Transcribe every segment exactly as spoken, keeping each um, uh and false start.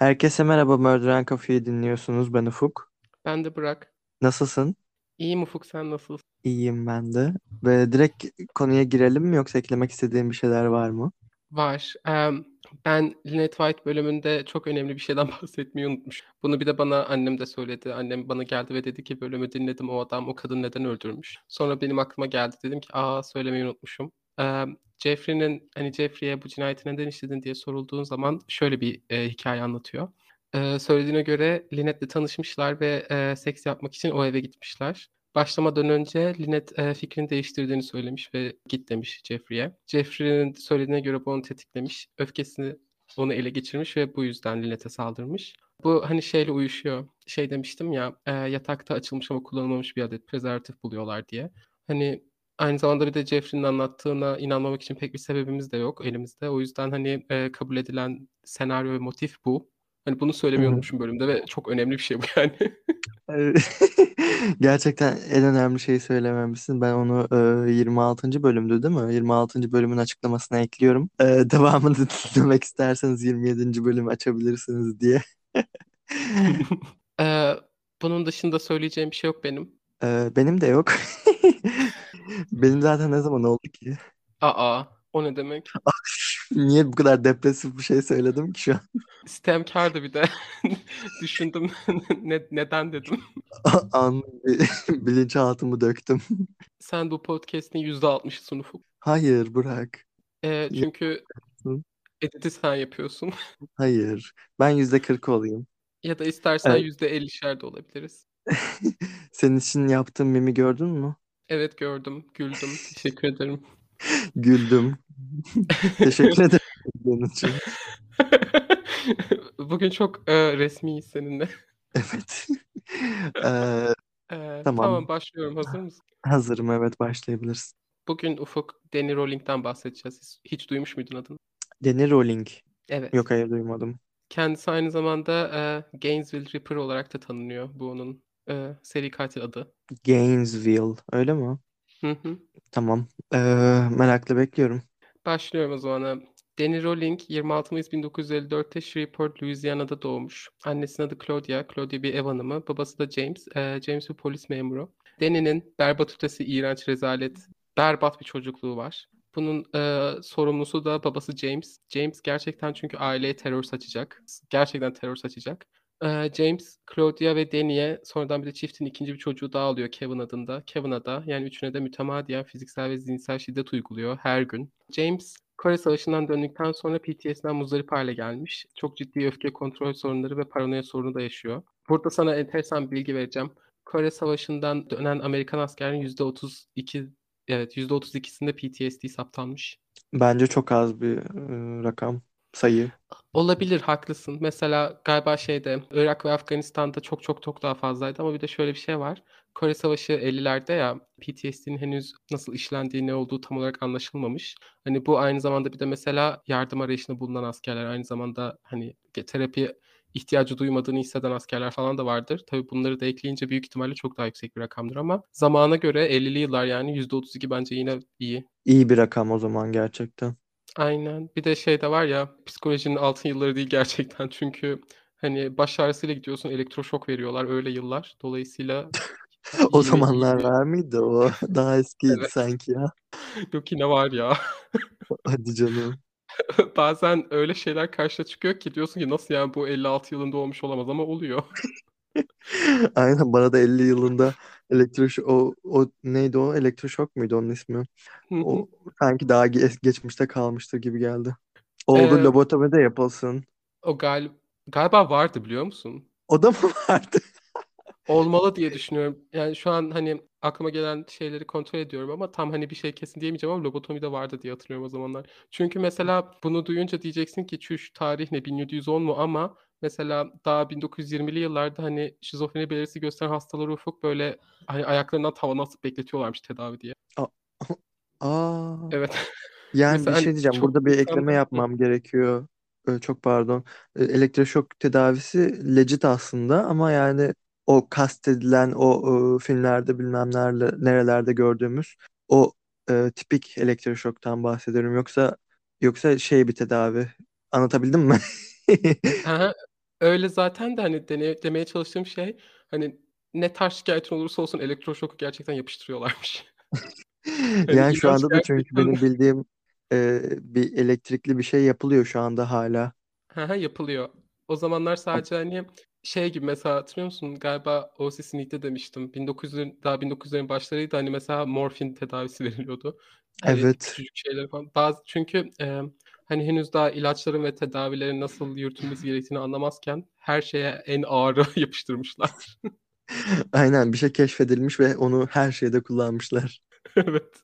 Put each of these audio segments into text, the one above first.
Herkese merhaba, Murder Coffee'yi dinliyorsunuz. Ben Ufuk. Ben de bırak. Nasılsın? İyiyim Ufuk, sen nasılsın? İyiyim ben de. Ve direkt konuya girelim mi yoksa eklemek istediğin bir şeyler var mı? Var. Em, ben Lynette White bölümünde çok önemli bir şeyden bahsetmeyi unutmuş. Bunu bir de bana annem de söyledi. Annem bana geldi ve dedi ki bölümü dinledim, o adam o kadın neden öldürmüş. Sonra benim aklıma geldi. Dedim ki aa, söylemeyi unutmuşum. Em, Jeffrey'nin hani Jeffrey'e bu cinayeti neden işledin diye sorulduğun zaman şöyle bir e, hikaye anlatıyor. E, söylediğine göre Lynette'le tanışmışlar ve e, seks yapmak için o eve gitmişler. Başlamadan önce Lynette e, fikrini değiştirdiğini söylemiş ve git demiş Jeffrey'e. Jeffrey'nin söylediğine göre bu onu tetiklemiş. Öfkesini onu ele geçirmiş ve bu yüzden Lynette'e saldırmış. Bu hani şeyle uyuşuyor. Şey demiştim ya, e, yatakta açılmış ama kullanılmamış bir adet prezervatif buluyorlar diye. Hani aynı zamanda bir de Jeffrey'nin anlattığına inanmamak için pek bir sebebimiz de yok elimizde. O yüzden hani e, kabul edilen senaryo ve motif bu. Hani bunu Hı söylemeyi hı. unutmuşum bölümde ve çok önemli bir şey bu yani. Gerçekten en önemli şeyi söylememişsin. Ben onu e, yirmi altıncı bölümdü değil mi? yirmi altıncı bölümün açıklamasına ekliyorum. E, devamını dinlemek isterseniz yirmi yedinci bölümü açabilirsiniz diye. Ee, bunun dışında söyleyeceğim bir şey yok benim. E, benim de yok. Benim zaten ne zaman oldu ki? Aa, o ne demek? Niye bu kadar depresif bir şey söyledim ki şu an? Sistemkardı bir de. Düşündüm. Ne, neden dedim. An bir bilinçaltımı döktüm. Sen bu podcast'in yüzde altmışısın Ufuk. Hayır, bırak. Ee, çünkü Yapsın. editi sen yapıyorsun. Hayır. Ben yüzde kırk olayım. Ya da istersen Evet. yüzde ellişer de olabiliriz. Senin için yaptığım mimi gördün mü? Evet, gördüm, güldüm. Teşekkür ederim. Güldüm. Teşekkür ederim bunun için. Bugün çok e, resmiyiz seninle. Evet. Ee, Ee, tamam. tamam, başlıyorum. Hazır mısın? Hazırım, evet, başlayabiliriz. Bugün Ufuk, Danny Rolling'den bahsedeceğiz. Hiç duymuş muydun adını? Danny Rowling. Evet. Yok, hayır, duymadım. Kendisi aynı zamanda e, Gainesville Ripper olarak da tanınıyor. Bu onun e, seri katil adı. Gainesville. Öyle mi? Hı hı. Tamam. Ee, merakla bekliyorum. Başlıyorum o zaman. Danny Rowling yirmi altı Mayıs bin dokuz yüz elli dörtte Shreveport, Louisiana'da doğmuş. Annesinin adı Claudia. Claudia bir ev hanımı. Babası da James. E, James bir polis memuru. Danny'nin berbat ötesi, iğrenç, rezalet, berbat bir çocukluğu var. Bunun e, sorumlusu da babası James. James gerçekten çünkü aileye terör saçacak. Gerçekten terör saçacak. Ee, James, Claudia ve Danny'e sonradan bir de çiftin ikinci bir çocuğu daha alıyor Kevin adında. Kevin'a da yani üçüne de mütemadiyen fiziksel ve zihinsel şiddet uyguluyor her gün. James, Kore Savaşı'ndan döndükten sonra P T S D'den muzdarip hale gelmiş. Çok ciddi öfke kontrol sorunları ve paranoya sorunu da yaşıyor. Burada sana enteresan bir bilgi vereceğim. Kore Savaşı'ndan dönen Amerikan askerinin yüzde otuz iki, evet, yüzde otuz ikisinde P T S D saptanmış. Bence çok az bir e, rakam, sayı. Olabilir, haklısın. Mesela galiba şeyde Irak ve Afganistan'da çok çok çok daha fazlaydı ama bir de şöyle bir şey var. Kore Savaşı ellilerde ya, P T S D'nin henüz nasıl işlendiği, ne olduğu tam olarak anlaşılmamış. Hani bu aynı zamanda bir de mesela yardım arayışında bulunan askerler, aynı zamanda hani terapi ihtiyacı duymadığını hisseden askerler falan da vardır. Tabii bunları da ekleyince büyük ihtimalle çok daha yüksek bir rakamdır ama zamana göre ellili yıllar, yani yüzde otuz iki bence yine iyi. İyi bir rakam o zaman gerçekten. Aynen. Bir de şey de var ya, psikolojinin altın yılları değil gerçekten. Çünkü hani baş ağrısıyla gidiyorsun, elektroşok veriyorlar öyle yıllar. Dolayısıyla O yine iyi zamanlar bir... var mıydı o? Daha eskiydi Evet. sanki ya. Yok, yine var ya. Hadi canım. Bazen öyle şeyler karşına çıkıyor ki diyorsun ki nasıl yani, bu elli altı yılında olmuş olamaz ama oluyor. Aynen, bana da elli yılında elektroşok, o, o neydi, o elektroşok muydu onun ismi? Hı hı. O sanki daha ge- geçmişte kalmıştır gibi geldi. Oldu, Ee, lobotomi de yapılsın. o gal galiba vardı, biliyor musun? O da mı vardı? Olmalı diye düşünüyorum. Yani şu an hani aklıma gelen şeyleri kontrol ediyorum ama tam hani bir şey kesin diyemeyeceğim ama lobotomi de vardı diye hatırlıyorum o zamanlar. Çünkü mesela bunu duyunca diyeceksin ki çüş, tarih ne, bin yedi yüz on mu, ama mesela daha bin dokuz yüz yirmili yıllarda hani şizofreni belirtisi gösteren hastaları ufuk böyle hani ayaklarından tavana asıp bekletiyorlarmış tedavi diye. A- Aa, Evet. yani bir Mesela şey hani diyeceğim. çok Burada bir ekleme insanda... Hı. yapmam gerekiyor. Ee, çok pardon. Ee, elektroşok tedavisi legit aslında ama yani o kastedilen o, e, filmlerde bilmem nerede, nerelerde gördüğümüz o e, tipik elektroşoktan bahsediyorum. Yoksa yoksa şey bir tedavi. Anlatabildim mi? Öyle zaten de hani dene demeye çalıştığım şey, hani ne tarz şikâyetin olursa olsun elektroşoku gerçekten yapıştırıyorlarmış. Hani Yani şu ilaç anda da çünkü gerçekten benim bildiğim e, bir elektrikli bir şey yapılıyor şu anda hala. Hı hı, yapılıyor. O zamanlar Am- sadece, hani, şey gibi mesela hatırlıyor musun? Galiba O C Cynic'te demiştim. bin dokuz yüzlerin daha bin dokuz yüzlerin başlarıydı, hani, mesela morfin tedavisi veriliyordu. Hani, Evet. küçücük şeyleri falan. Bazı çünkü, emm, hani, henüz daha ilaçların ve tedavilerin nasıl yürütülmesi gerektiğini anlamazken her şeye en ağırı yapıştırmışlar. Aynen bir şey keşfedilmiş ve onu her şeyde kullanmışlar. Evet.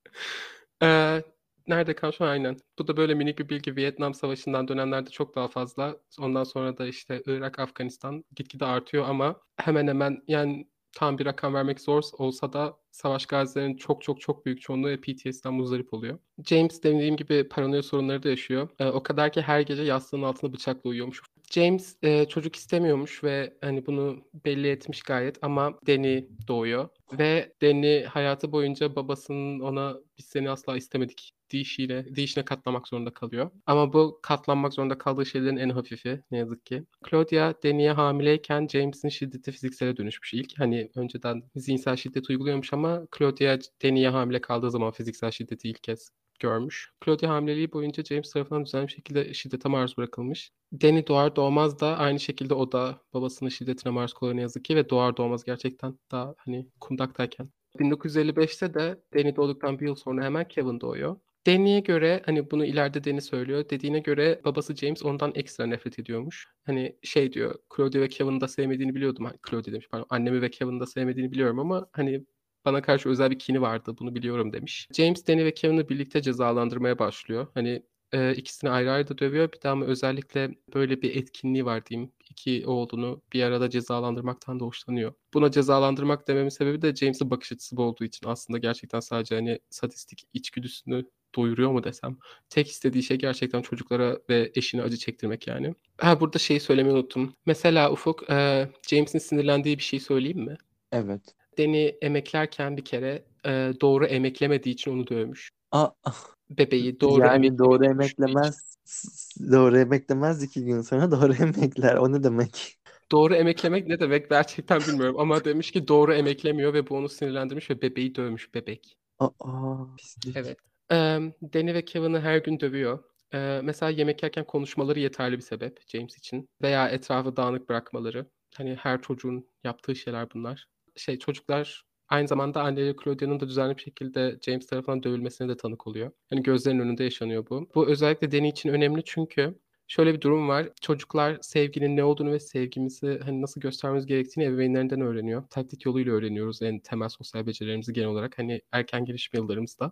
Eee, nerede kalmışım? Aynen. Bu da böyle minik bir bilgi. Vietnam Savaşı'ndan dönenlerde çok daha fazla. Ondan sonra da, işte, Irak, Afganistan gitgide artıyor ama hemen hemen, yani, tam bir rakam vermek zor olsa da savaş gazilerinin çok, çok, çok büyük çoğunluğu P T S D'den muzdarip oluyor. James dediğim gibi paranoya sorunları da yaşıyor. Eee, o kadar ki her gece yastığının altında bıçakla uyuyormuş. James, eee, çocuk istemiyormuş ve, hani, bunu belli etmiş gayet ama Danny doğuyor ve Danny hayatı boyunca babasının ona "Biz seni asla istemedik." deyişiyle deyişine katlanmak zorunda kalıyor. Ama bu katlanmak zorunda kaldığı şeylerin en hafifi ne yazık ki. Claudia, Danny'ye hamileyken James'in şiddeti fiziksele dönüşmüş ilk. Hani, önceden zihinsel şiddet uyguluyormuş ama Claudia, Danny'ye hamile kaldığı zaman fiziksel şiddeti ilk kez görmüş. Claudia hamileliği boyunca James tarafından düzenli bir şekilde şiddete maruz bırakılmış. Danny doğar doğmaz da aynı şekilde o da babasının şiddetine maruz kalıyor ne yazık ki ve doğar doğmaz gerçekten daha, hani, kundaktayken. bin dokuz yüz elli beşte de Danny doğduktan bir yıl sonra hemen Kevin doğuyor. Danny'ye göre, hani, bunu ileride Danny söylüyor, dediğine göre babası James ondan ekstra nefret ediyormuş. Hani, şey diyor, "Claudia ve Kevin'i da sevmediğini biliyordum." Ha, Claudia demiş, pardon. "Annemi ve Kevin'i de sevmediğini biliyorum ama, hani, bana karşı özel bir kini vardı, bunu biliyorum." demiş. James, Danny ve Kevin'i birlikte cezalandırmaya başlıyor. Hani, eee, ikisini ayrı ayrı da dövüyor. Bir de ama özellikle böyle bir etkinliği var diyeyim. iki oğlunu bir arada cezalandırmaktan da hoşlanıyor. Buna cezalandırmak dememin sebebi de James'in bakış açısı bu olduğu için. Aslında gerçekten sadece, hani, sadistik içgüdüsünü doyuruyor mu desem? Tek istediği şey gerçekten çocuklara ve eşine acı çektirmek yani. Ha, burada şeyi söylemeyi unuttum. Mesela Ufuk, eee, James'in sinirlendiği bir şeyi söyleyeyim mi? Evet. Danny emeklerken bir kere, eee, doğru emeklemediği için onu dövmüş. A Bebeği doğru yani doğru emeklemediğini düşündüğü için. emeklemez doğru emeklemez iki gün sonra doğru emekler. O ne demek? Doğru emeklemek ne demek gerçekten bilmiyorum ama demiş ki doğru emeklemiyor ve bu onu sinirlendirmiş ve bebeği dövmüş, bebek. Aa, pislik. Evet. Emm, Danny ve Kevin'i her gün dövüyor. Eee, mesela yemek yerken konuşmaları yeterli bir sebep James için veya etrafı dağınık bırakmaları. Hani, her çocuğun yaptığı şeyler bunlar. Şey, çocuklar aynı zamanda anneleri Claudia'nın da düzenli bir şekilde James tarafından dövülmesine de tanık oluyor. Hani, gözlerinin önünde yaşanıyor bu. Bu özellikle Danny için önemli çünkü şöyle bir durum var. Çocuklar sevginin ne olduğunu ve sevgimizi, hani, nasıl göstermemiz gerektiğini ebeveynlerinden öğreniyor. Taklit yoluyla öğreniyoruz en temel sosyal becerilerimizi genel olarak, hani, erken gelişim yıllarımızda.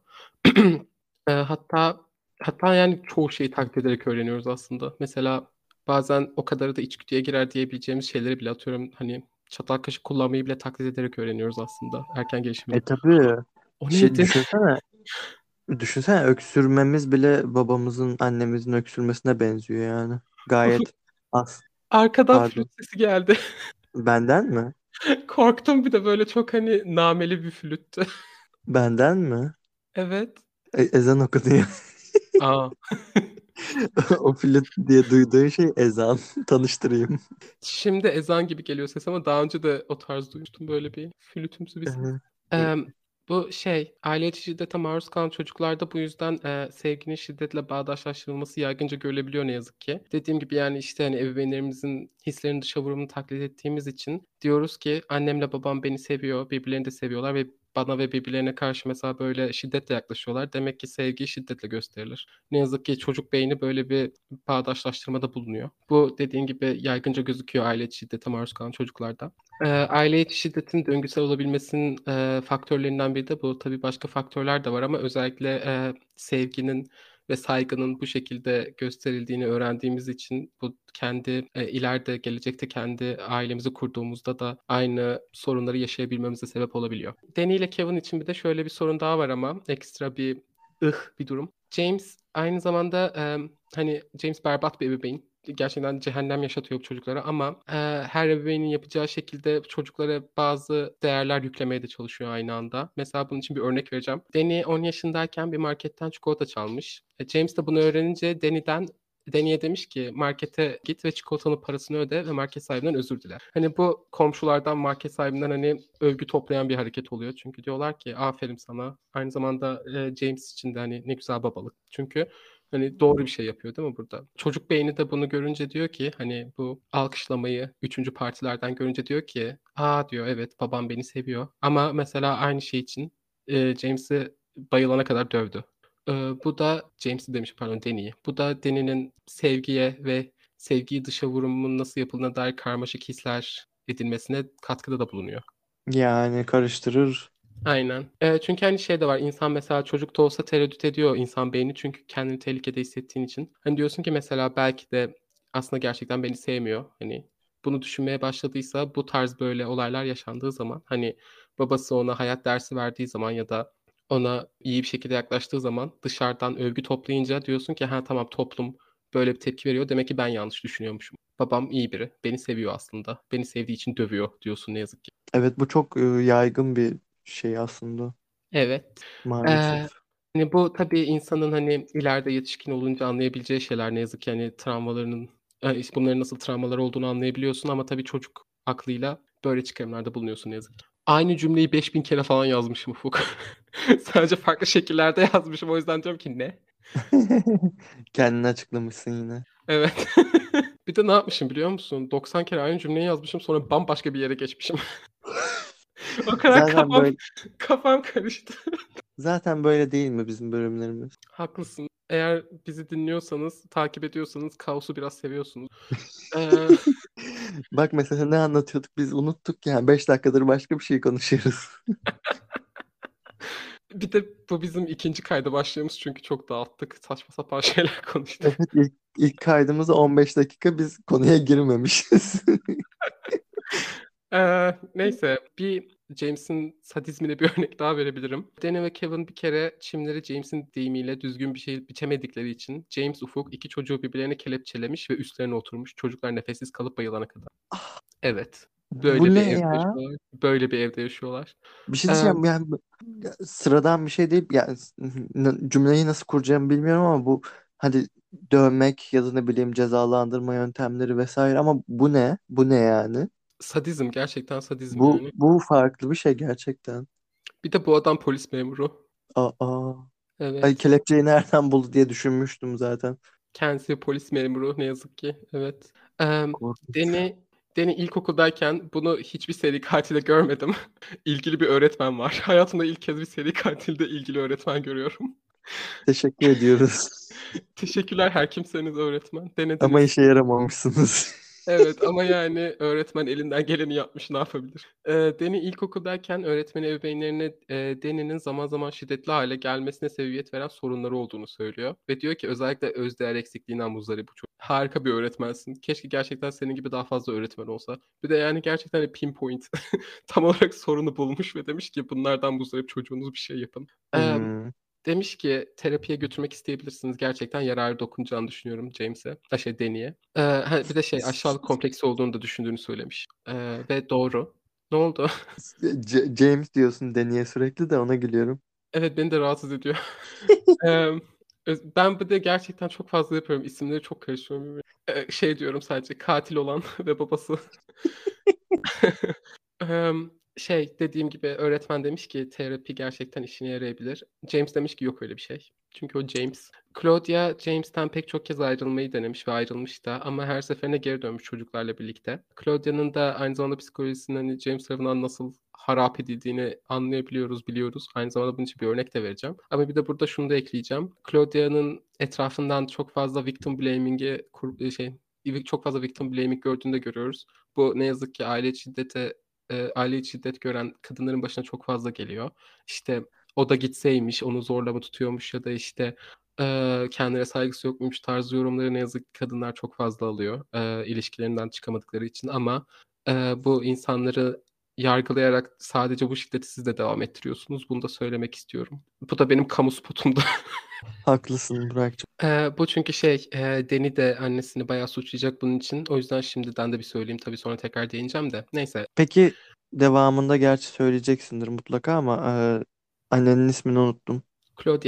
Eee, hatta hatta, yani, çoğu şeyi taklit ederek öğreniyoruz aslında. Mesela bazen o kadarı da içgüdüye girer diyebileceğimiz şeyleri bile atıyorum, hani, çatal kaşık kullanmayı bile taklit ederek öğreniyoruz aslında erken gelişim E yıllarımızda. tabii. O Şey neydi? düşünsene. Düşünsene öksürmemiz bile babamızın, annemizin öksürmesine benziyor yani. Gayet az. Arkadan flüt Pardon. sesi geldi. Benden mi? Korktum bir de böyle çok, hani, nameli bir flüttü. Benden mi? Evet. E, ezan okunuyor. A! O flüt diye duyduğun şey ezan. Tanıştırayım. Şimdi ezan gibi geliyor ses ama daha önce de o tarz duymuştum böyle bir flütümsü bir ses. Ee, e, Emm, bu şey, aile içi şiddete maruz kalan çocuklarda bu yüzden, eee, sevginin şiddetle bağdaşlaştırılması yaygınca görülebiliyor ne yazık ki. Dediğim gibi, yani, işte, hani, ebeveynlerimizin hislerini dışa vurumunu taklit ettiğimiz için diyoruz ki annemle babam beni seviyor, birbirlerini de seviyorlar ve bana ve birbirlerine karşı mesela böyle şiddetle yaklaşıyorlar. Demek ki sevgi şiddetle gösterilir. Ne yazık ki çocuk beyni böyle bir bağdaşlaştırmada bulunuyor. Bu dediğin gibi yaygınca gözüküyor aile içi şiddete maruz kalan çocuklarda. Eee, aile içi şiddetin döngüsel olabilmesinin, eee, faktörlerinden biri de bu. Tabii başka faktörler de var ama özellikle, eee, sevginin ve saygının bu şekilde gösterildiğini öğrendiğimiz için bu kendi, eee, ileride gelecekte kendi ailemizi kurduğumuzda da aynı sorunları yaşayabilmemize sebep olabiliyor. Danny ile Kevin için bir de şöyle bir sorun daha var ama ekstra bir, ıh, bir durum. James aynı zamanda, emm, hani, James berbat bir ebeveyn. Gerçekten cehennem yaşatıyor bu çocuklara ama, eee, her ebeveynin yapacağı şekilde çocuklara bazı değerler yüklemeye de çalışıyor aynı anda. Mesela bunun için bir örnek vereceğim. Danny on yaşındayken bir marketten çikolata çalmış. E, James de bunu öğrenince Danny'den Danny'e demiş ki markete git ve çikolatanın parasını öde ve market sahibinden özür dile. Hani bu komşulardan market sahibinden hani övgü toplayan bir hareket oluyor. Çünkü diyorlar ki aferin sana. Aynı zamanda e, James için de hani ne güzel babalık. Çünkü hani doğru bir şey yapıyor değil mi burada? Çocuk beyni de bunu görünce diyor ki hani bu alkışlamayı üçüncü partilerden görünce diyor ki aa diyor evet babam beni seviyor. Ama mesela aynı şey için e, James'i bayılana kadar dövdü. Ee, bu da James'i demiş pardon Danny'yi. Bu da Danny'nin sevgiye ve sevgiyi dışa vurumunun nasıl yapıldığına dair karmaşık hisler edinmesine katkıda da bulunuyor. Yani karıştırır. Aynen. Ee, çünkü hani şey de var. İnsan mesela çocukta olsa tereddüt ediyor insan beyni çünkü kendini tehlikede hissettiğin için. Hani diyorsun ki mesela belki de aslında gerçekten beni sevmiyor. Hani bunu düşünmeye başladıysa bu tarz böyle olaylar yaşandığı zaman hani babası ona hayat dersi verdiği zaman ya da ona iyi bir şekilde yaklaştığı zaman dışarıdan övgü toplayınca diyorsun ki ha tamam toplum böyle bir tepki veriyor. Demek ki ben yanlış düşünüyormuşum. Babam iyi biri. Beni seviyor aslında. Beni sevdiği için dövüyor diyorsun ne yazık ki. Evet, bu çok e, yaygın bir şey aslında Evet. Eee, maalesef. hani bu tabii insanın hani ileride yetişkin olunca anlayabileceği şeyler ne yazık ki hani travmalarının eee, işte bunların nasıl travmalar olduğunu anlayabiliyorsun ama tabii çocuk aklıyla böyle çıkarımlarda bulunuyorsun ne yazık ki. Aynı cümleyi beş bin kere falan yazmışım Ufuk. Sadece farklı şekillerde yazmışım. O yüzden diyorum ki ne? Kendini açıklamışsın yine. Evet. Bir de ne yapmışım biliyor musun? doksan kere aynı cümleyi yazmışım sonra bambaşka bir yere geçmişim. O kadar Zaten kafam böyle kafam karıştı. zaten böyle değil mi bizim bölümlerimiz? Haklısın. Eğer bizi dinliyorsanız, takip ediyorsanız kaosu biraz seviyorsunuz. Eee, Bak mesela ne anlatıyorduk biz unuttuk yani beş dakikadır başka bir şey konuşuyoruz. bir de bu bizim ikinci kayda başlığımız çünkü çok dağıttık. Saçma sapan şeyler konuştuk. Evet, ilk, ilk kaydımızda on beş dakika biz konuya girmemişiz. Eee, neyse bir James'in sadizmine bir örnek daha verebilirim. Danny ve Kevin bir kere çimleri James'in deyimiyle düzgün bir şey biçemedikleri için James Ufuk iki çocuğu birbirlerine kelepçelemiş ve üstlerine oturmuş. Çocuklar nefessiz kalıp bayılana kadar. Evet. Bu Böyle bir ne evde ya? yaşıyorlar. Böyle bir evde yaşıyorlar. Bir şey Eee diyeceğim yani bu- ya sıradan bir şey değil. Yani n- cümleyi nasıl kuracağımı bilmiyorum ama bu hadi dövmek ya da ne bileyim cezalandırma yöntemleri vesaire ama bu ne? Bu ne yani? Sadizm, gerçekten sadizm Bu yani. bu farklı bir şey gerçekten. Bir de bu adam polis memuru. Aa. Ay, Evet. kelepçeyi nereden buldu diye düşünmüştüm zaten. Kendisi polis memuru ne yazık ki. Evet. Emm, Korkunç. Danny Danny ilkokuldayken bunu hiçbir seri katilde görmedim. İlgili bir öğretmen var. Hayatımda ilk kez bir seri katilde ilgili öğretmen görüyorum. Teşekkür ediyoruz. Teşekkürler her kimseniz öğretmen. Ama Denediniz. işe yaramamışsınız. Evet ama yani öğretmen elinden geleni yapmış, ne yapabilir? Eee, Danny ilkokuldayken öğretmeni ebeveynlerine, eee, Danny'nin zaman zaman şiddetli hâle gelmesine sebebiyet veren sorunları olduğunu söylüyor ve diyor ki özellikle özdeğer eksikliğinden muzdarip bu çocuk. Harika bir öğretmensin. Keşke gerçekten senin gibi daha fazla öğretmen olsa. Bir de yani gerçekten hani pinpoint tam olarak sorunu bulmuş ve demiş ki bunlardan muzdarip çocuğunuz bir şey yapın. Emm Hmm. Demiş ki terapiye götürmek isteyebilirsiniz. Gerçekten yararı dokunacağını düşünüyorum James'e. Ha, şey Danny'ye. Eee, ha, bir de şey aşağılık kompleksi olduğunu da düşündüğünü söylemiş. Eee, ve doğru. Ne oldu? C- James diyorsun Deni'ye sürekli de ona gülüyorum. Evet, beni de rahatsız ediyor. Emm, öz ben bir de gerçekten çok fazla yapıyorum. İsimleri çok karıştırıyorum birbirine. Eee, şey diyorum sadece katil olan ve babası. Emm, şey, dediğim gibi öğretmen demiş ki terapi gerçekten işine yarayabilir. James demiş ki yok öyle bir şey. Çünkü o James. Claudia, James'ten pek çok kez ayrılmayı denemiş ve ayrılmış da ama her seferinde geri dönmüş çocuklarla birlikte. Claudia'nın da aynı zamanda psikolojisinin, hani, James tarafından nasıl harap edildiğini anlayabiliyoruz, biliyoruz. Aynı zamanda bunun için bir örnek de vereceğim. Ama bir de burada şunu da ekleyeceğim. Claudia'nın etrafından çok fazla victim blaming'i kur eee, şey, çok fazla victim blaming gördüğünü de görüyoruz. Bu ne yazık ki aile şiddete eee, aile içi şiddet gören kadınların başına çok fazla geliyor. İşte, o da gitseymiş, onu zorla mı tutuyormuş ya da, işte, eee, kendine saygısı yokmuş tarzı yorumları ne yazık ki kadınlar çok fazla alıyor, eee, ilişkilerinden çıkamadıkları için ama, eee, bu insanları yargılayarak sadece bu şiddeti siz de devam ettiriyorsunuz. Bunu da söylemek istiyorum. Bu da benim kamu spotumdu. Haklısın Burak'cığım. Eee, bu çünkü şey, eee, Danny de annesini bayağı suçlayacak bunun için. O yüzden şimdiden de bir söyleyeyim. Tabii sonra tekrar değineceğim de. Neyse. Peki devamında gerçi söyleyeceksindir mutlaka ama e, annenin ismini unuttum. Claudia.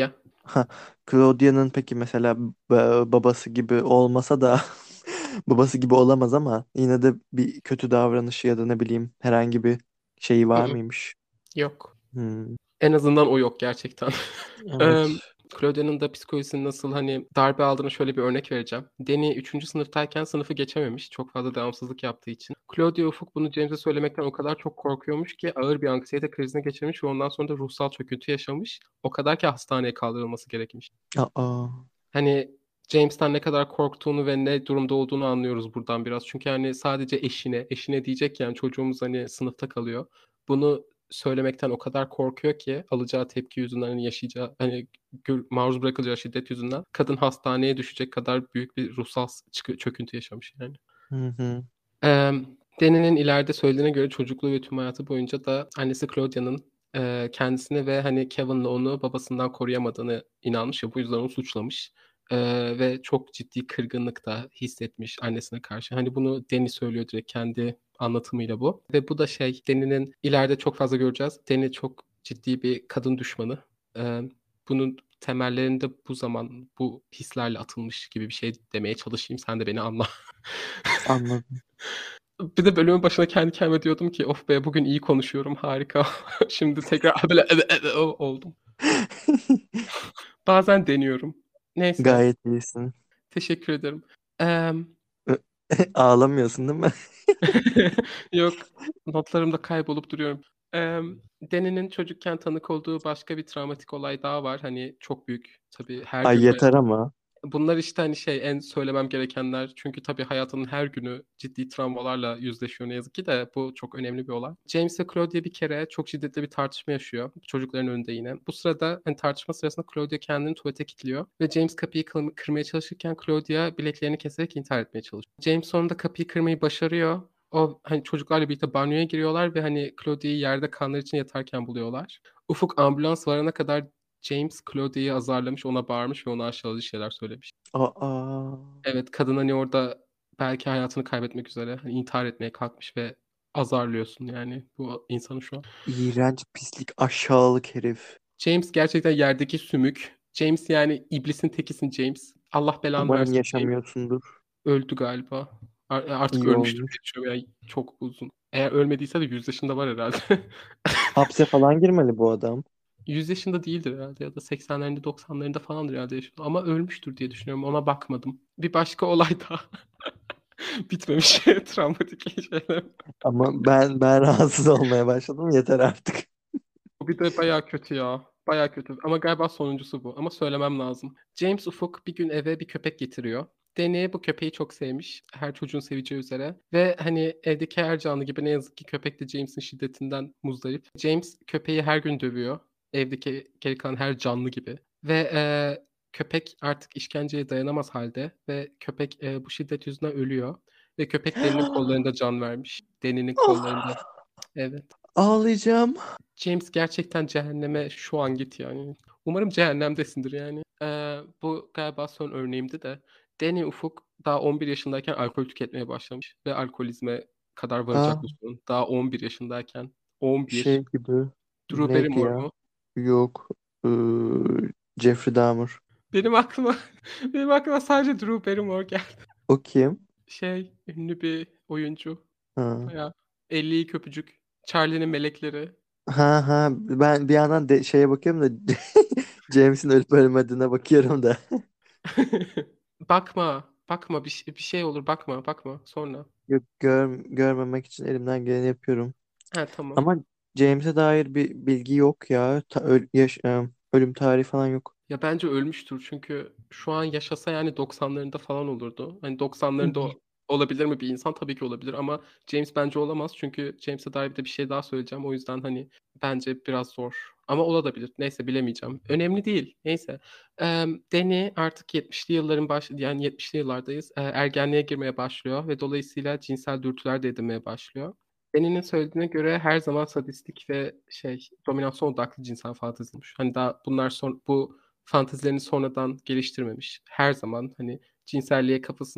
Ha, Claudia'nın peki mesela ba- babası gibi olmasa da babası gibi olamaz ama yine de bir kötü davranışı ya da ne bileyim herhangi bir şeyi var Mm-mm, mıymış? yok. Hmm, En azından o yok gerçekten. Emm, evet. Claudia'nın da psikolojisinin nasıl, hani, darbe aldığına şöyle bir örnek vereceğim. Danny üçüncü sınıftayken sınıfı geçememiş çok fazla devamsızlık yaptığı için. Claudia Ufuk bunu James'e söylemekten o kadar çok korkuyormuş ki ağır bir anksiyete krizine geçirmiş ve ondan sonra da ruhsal çöküntü yaşamış. O kadar ki hastaneye kaldırılması gerekmiş. Aa. Hani, James'ten ne kadar korktuğunu ve ne durumda olduğunu anlıyoruz buradan biraz. Çünkü, hani, sadece eşine, eşine diyecekken çocuğumuz, hani, sınıfta kalıyor. Bunu söylemekten o kadar korkuyor ki alacağı tepki yüzünden, hani, yaşayacağı, hani, gör maruz bırakılacağı şiddet yüzünden kadın hastaneye düşecek kadar büyük bir ruhsal s çıkı çöküntü yaşamış yani. Hı hı. Emm, Danny'nin ileride söylediğine göre çocukluğu ve tüm hayatı boyunca da annesi Claudia'nın, eee, kendisini ve, hani, Kevin'la onu babasından koruyamadığını inanmış ve bu yüzden onu suçlamış, eee, ve çok ciddi kırgınlık da hissetmiş annesine karşı. Hani, bunu Danny söylüyor direkt kendi anlatımıyla bu ve bu da şey, Danny'nin ileride çok fazla göreceğiz. Danny çok ciddi bir kadın düşmanı. Emm, bunun temellerinde bu zaman bu hislerle atılmış gibi bir şey demeye çalışayım, sen de beni anla. Anladım. Bir de bölümün başında kendi kendime diyordum ki "Of be, bugün iyi konuşuyorum, harika." Şimdi tekrar böyle o oldum. Bazen deniyorum. Neyse, Gayet iyisin. teşekkür ederim. Emm, Ağlamıyorsun değil mi? Yok, notlarımda kaybolup duruyorum. Emm, Dani'nin çocukken tanık olduğu başka bir travmatik olay daha var. Hani, çok büyük tabii her Ay gün hay yeter ama. Bunlar, işte, hani, şey, en söylemem gerekenler çünkü tabii hayatının her günü ciddi travmalarla yüzleşiyor ne yazık ki de bu çok önemli bir olay. James ve Claudia bir kere çok şiddetli bir tartışma yaşıyor çocukların önünde yine. Bu sırada, hani, tartışma sırasında Claudia kendini tuvalete kilitliyor ve James kapıyı kılm kırmaya çalışırken Claudia bileklerini keserek intihar etmeye çalışıyor. James sonunda kapıyı kırmayı başarıyor. O, hani, çocuklarla birlikte banyoya giriyorlar ve, hani, Claudia'yı yerde kanlar içinde yatarken buluyorlar. Ufuk ambulans varana kadar James, Claudia'yı azarlamış, ona bağırmış ve ona aşağılayıcı şeyler söylemiş. Aa. Evet, kadın, hani, orada belki hayatını kaybetmek üzere, hani, intihar etmeye kalkmış ve azarlıyorsun, yani, bu insanı şu an. İğrenç, pislik, aşağılık herif. James gerçekten yerdeki sümük. James, yani, iblisin tekisin James. Allah belanı Umarım versin James. yaşamıyorsundur. Öldü galiba. Ar artık İyi ölmüştür olmuş. diye düşünüyorum, yani, çok uzun. Eğer ölmediyse de yüz yaşında var herhâlde. Hapse falan girmeli bu adam. yüz yaşında değildir herhâlde ya da seksenlerinde doksanlarında falandır herhâlde yaşı ama ölmüştür diye düşünüyorum. Ona bakmadım. Bir başka olay daha. Bitmemiş travmatik şeyler. Ama ben ben rahatsız olmaya başladım. Yeter artık. Bu bir de bayağı kötü ya. Bayağı kötü ama galiba sonuncusu bu ama söylemem lazım. James Ufuk bir gün eve bir köpek getiriyor. Danny bu köpeği çok sevmiş, her çocuğun seveceği üzere ve, hani, evdeki her canlı gibi ne yazık ki köpek de James'in şiddetinden muzdarip. James köpeği her gün dövüyor, evdeki geri kalan her canlı gibi ve, eee, köpek artık işkenceye dayanamaz hâlde ve köpek, eee, bu şiddet yüzünden ölüyor ve köpek Danny'nin kollarında can vermiş. Danny'nin kollarında. Oh, Evet. ağlayacağım. James gerçekten cehenneme şu an git yani. Umarım cehennemdesindir yani. Eee, bu galiba son örneğimdi de. Danny Ufuk daha on bir yaşındayken alkol tüketmeye başlamış ve alkolizme kadar varacak Ah, bu sorun. Daha on bir yaşındayken. on bir. şey gibi. Drew Neydi Barrymore ya? mu? Yok. Ee, Jeffrey Dahmer. Benim aklıma benim aklıma sadece Drew Barrymore geldi. O kim? Şey, ünlü bir oyuncu. Ha. Bayağı elli ilk öpücük. Charlie'nin Melekleri. Ha ha, ben bir yandan de şeye bakıyorum da James'in ölüp ölmediğine bakıyorum da. Bakma, bakma bir ş bir şey olur bakma, bakma sonra. Yok, gör, görmemek için elimden geleni yapıyorum. He, tamam. Ama James'e dair bir bilgi yok ya. Ta- öl- yaş- e, ölüm tarihi falan yok. Ya, bence ölmüştür çünkü şu an yaşasa, yani, doksanlarında falan olurdu. Hani, Hı doksanlarında hı. o olabilir mi bir insan? Tabii ki olabilir ama James bence olamaz çünkü James'e dair bir de bir şey daha söyleyeceğim. O yüzden, hani, bence biraz zor ama olabilir. Neyse, bilemeyeceğim. Önemli değil. Neyse. Emm, Danny artık yetmişli yılların baş yani, yetmişli yıllardayız. Eee, ergenliğe girmeye başlıyor ve dolayısıyla cinsel dürtüler de edinmeye başlıyor. Danny'nin söylediğine göre her zaman sadistik ve şey, dominasyon odaklı cinsel fanteziymiş. Hani, daha bunlar son bu fantezilerini sonradan geliştirmemiş. Her zaman, hani, cinselliğe kafasının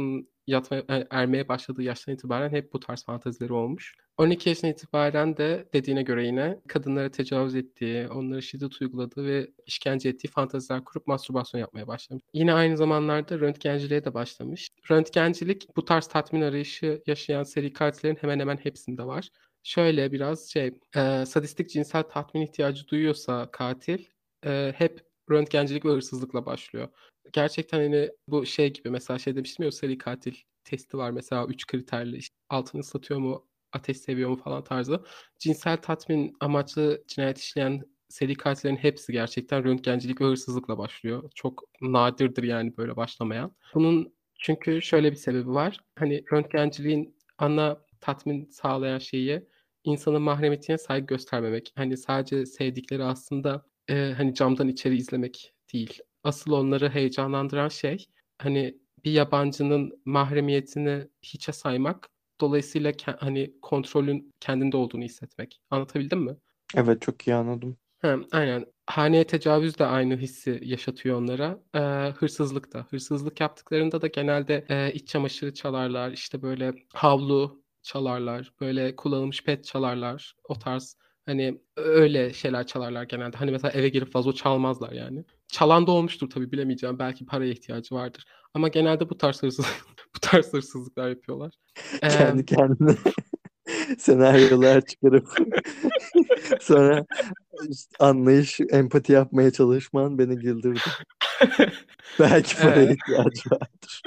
yatmaya e ermeye başladığı yaştan itibaren hep bu tarz fantezileri olmuş. on iki yaşından itibaren de dediğine göre yine kadınlara tecavüz ettiği, onlara şiddet uyguladığı ve işkence ettiği fanteziler kurup mastürbasyon yapmaya başlamış. Yine aynı zamanlarda röntgenciliğe de başlamış. Röntgencilik bu tarz tatmin arayışı yaşayan seri katillerin hemen hemen hepsinde var. Şöyle biraz şey, eee, sadistik cinsel tatmin ihtiyacı duyuyorsa katil, eee, hep röntgencilik ve hırsızlıkla başlıyor. Gerçekten, hani, bu şey gibi mesela şey demiştim ya, o seri katil testi var mesela üç kriterli, işte, altını ıslatıyor mu, ateş seviyor mu falan tarzı. Cinsel tatmin amaçlı cinayet işleyen seri katillerin hepsi gerçekten röntgencilik ve hırsızlıkla başlıyor. Çok nadirdir yani böyle başlamayan. Bunun çünkü şöyle bir sebebi var. Hani, röntgenciliğin ana tatmin sağlayan şeyi insanın mahremiyetine saygı göstermemek. Hani, sadece sevdikleri aslında, eee, hani, camdan içeri izlemek değil. Asıl onları heyecanlandıran şey, hani, bir yabancının mahremiyetini hiçe saymak, dolayısıyla ke hani, kontrolün kendinde olduğunu hissetmek. Anlatabildim mi? Evet, çok iyi anladım. Hımm, aynen. Haneye tecavüz de aynı hissi yaşatıyor onlara. Eee, hırsızlık da. Hırsızlık yaptıklarında da genelde, eee, iç çamaşırı çalarlar, işte, böyle havlu çalarlar, böyle kullanılmış pet çalarlar. O tarz, hani, öyle şeyler çalarlar genelde. Hani, mesela eve girip vazo çalmazlar yani. Çalan da olmuştur tabii, bilemeyeceğim. Belki paraya ihtiyacı vardır ama genelde bu tarz hırsız bu tarz hırsızlıklar yapıyorlar. Kendi Emm kendine senaryolar çıkarıp sonra işte anlayış, empati yapmaya çalışman beni güldürdü. Belki Eee paraya ihtiyacı vardır.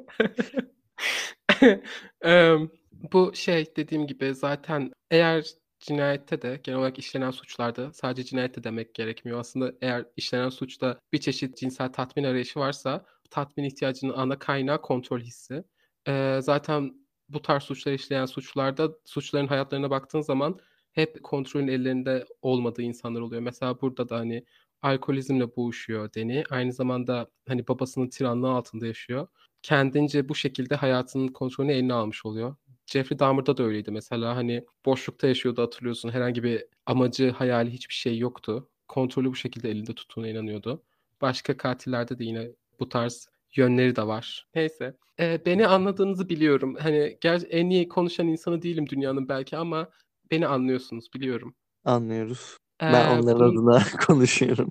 Emm, bu şey, dediğim gibi zaten eğer cinayette de genel olarak işlenen suçlarda sadece cinayet de demek gerekmiyor. Aslında eğer işlenen suçta bir çeşit cinsel tatmin arayışı varsa tatmin ihtiyacının ana kaynağı kontrol hissi. Eee, zaten bu tarz suçlar işleyen suçlarda suçların hayatlarına baktığın zaman hep kontrolün ellerinde olmadığı insanlar oluyor. Mesela burada da, hani, alkolizmle boğuşuyor Danny. Aynı zamanda, hani, babasının tiranlığı altında yaşıyor. Kendince bu şekilde hayatının kontrolünü eline almış oluyor. Jeffrey Dahmer'da da öyleydi mesela, hani, boşlukta yaşıyordu hatırlıyorsun. Herhangi bir amacı, hayali, hiçbir şey yoktu. Kontrolü bu şekilde elinde tuttuğuna inanıyordu. Başka katillerde de yine bu tarz yönleri de var. Neyse, eee, beni anladığınızı biliyorum. Hani, ger en iyi konuşan insanı değilim dünyanın belki ama beni anlıyorsunuz, biliyorum. Anlıyoruz. Ben Eee, onların bunun adına konuşuyorum.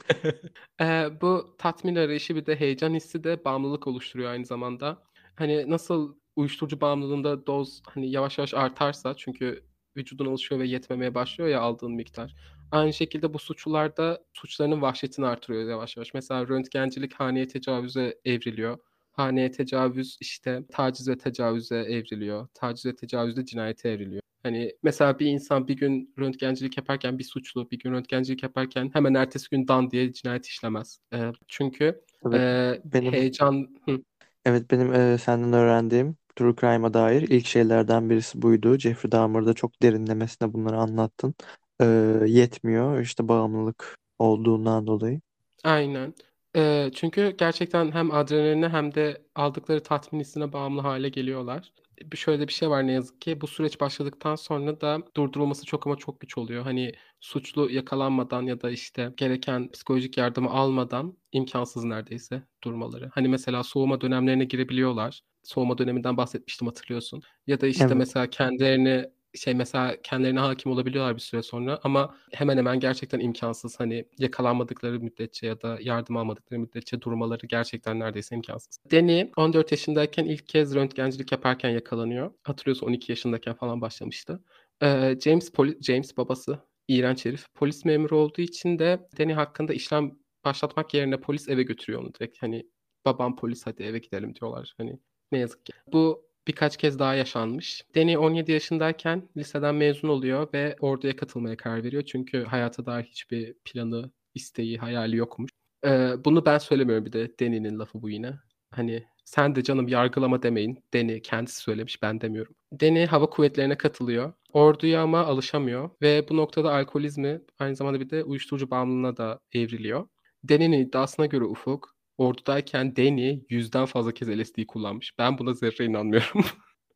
Eee, bu tatmin arayışı bir de heyecan hissi de bağımlılık oluşturuyor aynı zamanda. Hani, nasıl uyuşturucu bağımlılığında doz, hani, yavaş yavaş artarsa çünkü vücudun alışıyor ve yetmemeye başlıyor ya aldığın miktar. Aynı şekilde bu suçlular da suçlarının vahşetini artırıyor yavaş yavaş. Mesela röntgencilik haneye tecavüze evriliyor. Haneye tecavüz, işte, taciz ve tecavüze evriliyor. Taciz ve tecavüz de cinayete evriliyor. Hani, mesela bir insan bir gün röntgencilik yaparken bir suçlu, bir gün röntgencilik yaparken hemen ertesi gün dan diye cinayet işlemez. Eee, çünkü, Evet, eee, benim heyecan Hı. evet benim e, senden öğrendiğim True Crime'a dair ilk şeylerden birisi buydu. Jeffrey Dahmer'da çok derinlemesine bunları anlattın. E, Yetmiyor işte bağımlılık olduğundan dolayı. Aynen. Eee, çünkü gerçekten hem adrenaline hem de aldıkları tatmin hissine bağımlı hâle geliyorlar. Bir şöyle bir şey var ne yazık ki, bu süreç başladıktan sonra da durdurulması çok ama çok güç oluyor. Hani, suçlu yakalanmadan ya da, işte, gereken psikolojik yardımı almadan imkânsız neredeyse durmaları. Hani, mesela soğuma dönemlerine girebiliyorlar. Soğuma döneminden bahsetmiştim hatırlıyorsun. Ya da, işte, Evet. mesela kendilerini şey, mesela kendilerine hâkim olabiliyorlar bir süre sonra ama hemen hemen gerçekten imkânsız. Hani, yakalanmadıkları müddetçe ya da yardım almadıkları müddetçe durmaları gerçekten neredeyse imkânsız. Danny on dört yaşındayken ilk kez röntgencilik yaparken yakalanıyor. Hatırlıyorsun on iki yaşındayken falan başlamıştı. Eee, James poli James babası, iğrenç herif, polis memuru olduğu için de Danny hakkında işlem başlatmak yerine polis eve götürüyor onu direkt. Hani, "Babam polis, hadi eve gidelim." diyorlar. Hani, ne yazık ki. Bu birkaç kez daha yaşanmış. Danny on yedi yaşındayken liseden mezun oluyor ve orduya katılmaya karar veriyor. Çünkü hayata dair hiçbir planı, isteği, hayali yokmuş. Eee, bunu ben söylemiyorum bir de Danny'nin lafı bu yine. Hani, "Sen de canım yargılama." demeyin. Danny kendisi söylemiş, ben demiyorum. Danny hava kuvvetlerine katılıyor. Orduya ama alışamıyor ve bu noktada alkolizmi, aynı zamanda bir de uyuşturucu bağımlılığına da evriliyor. Danny'nin iddiasına göre Ufuk, ordudayken Danny yüzden fazla kez L S D kullanmış. Ben buna zerre inanmıyorum.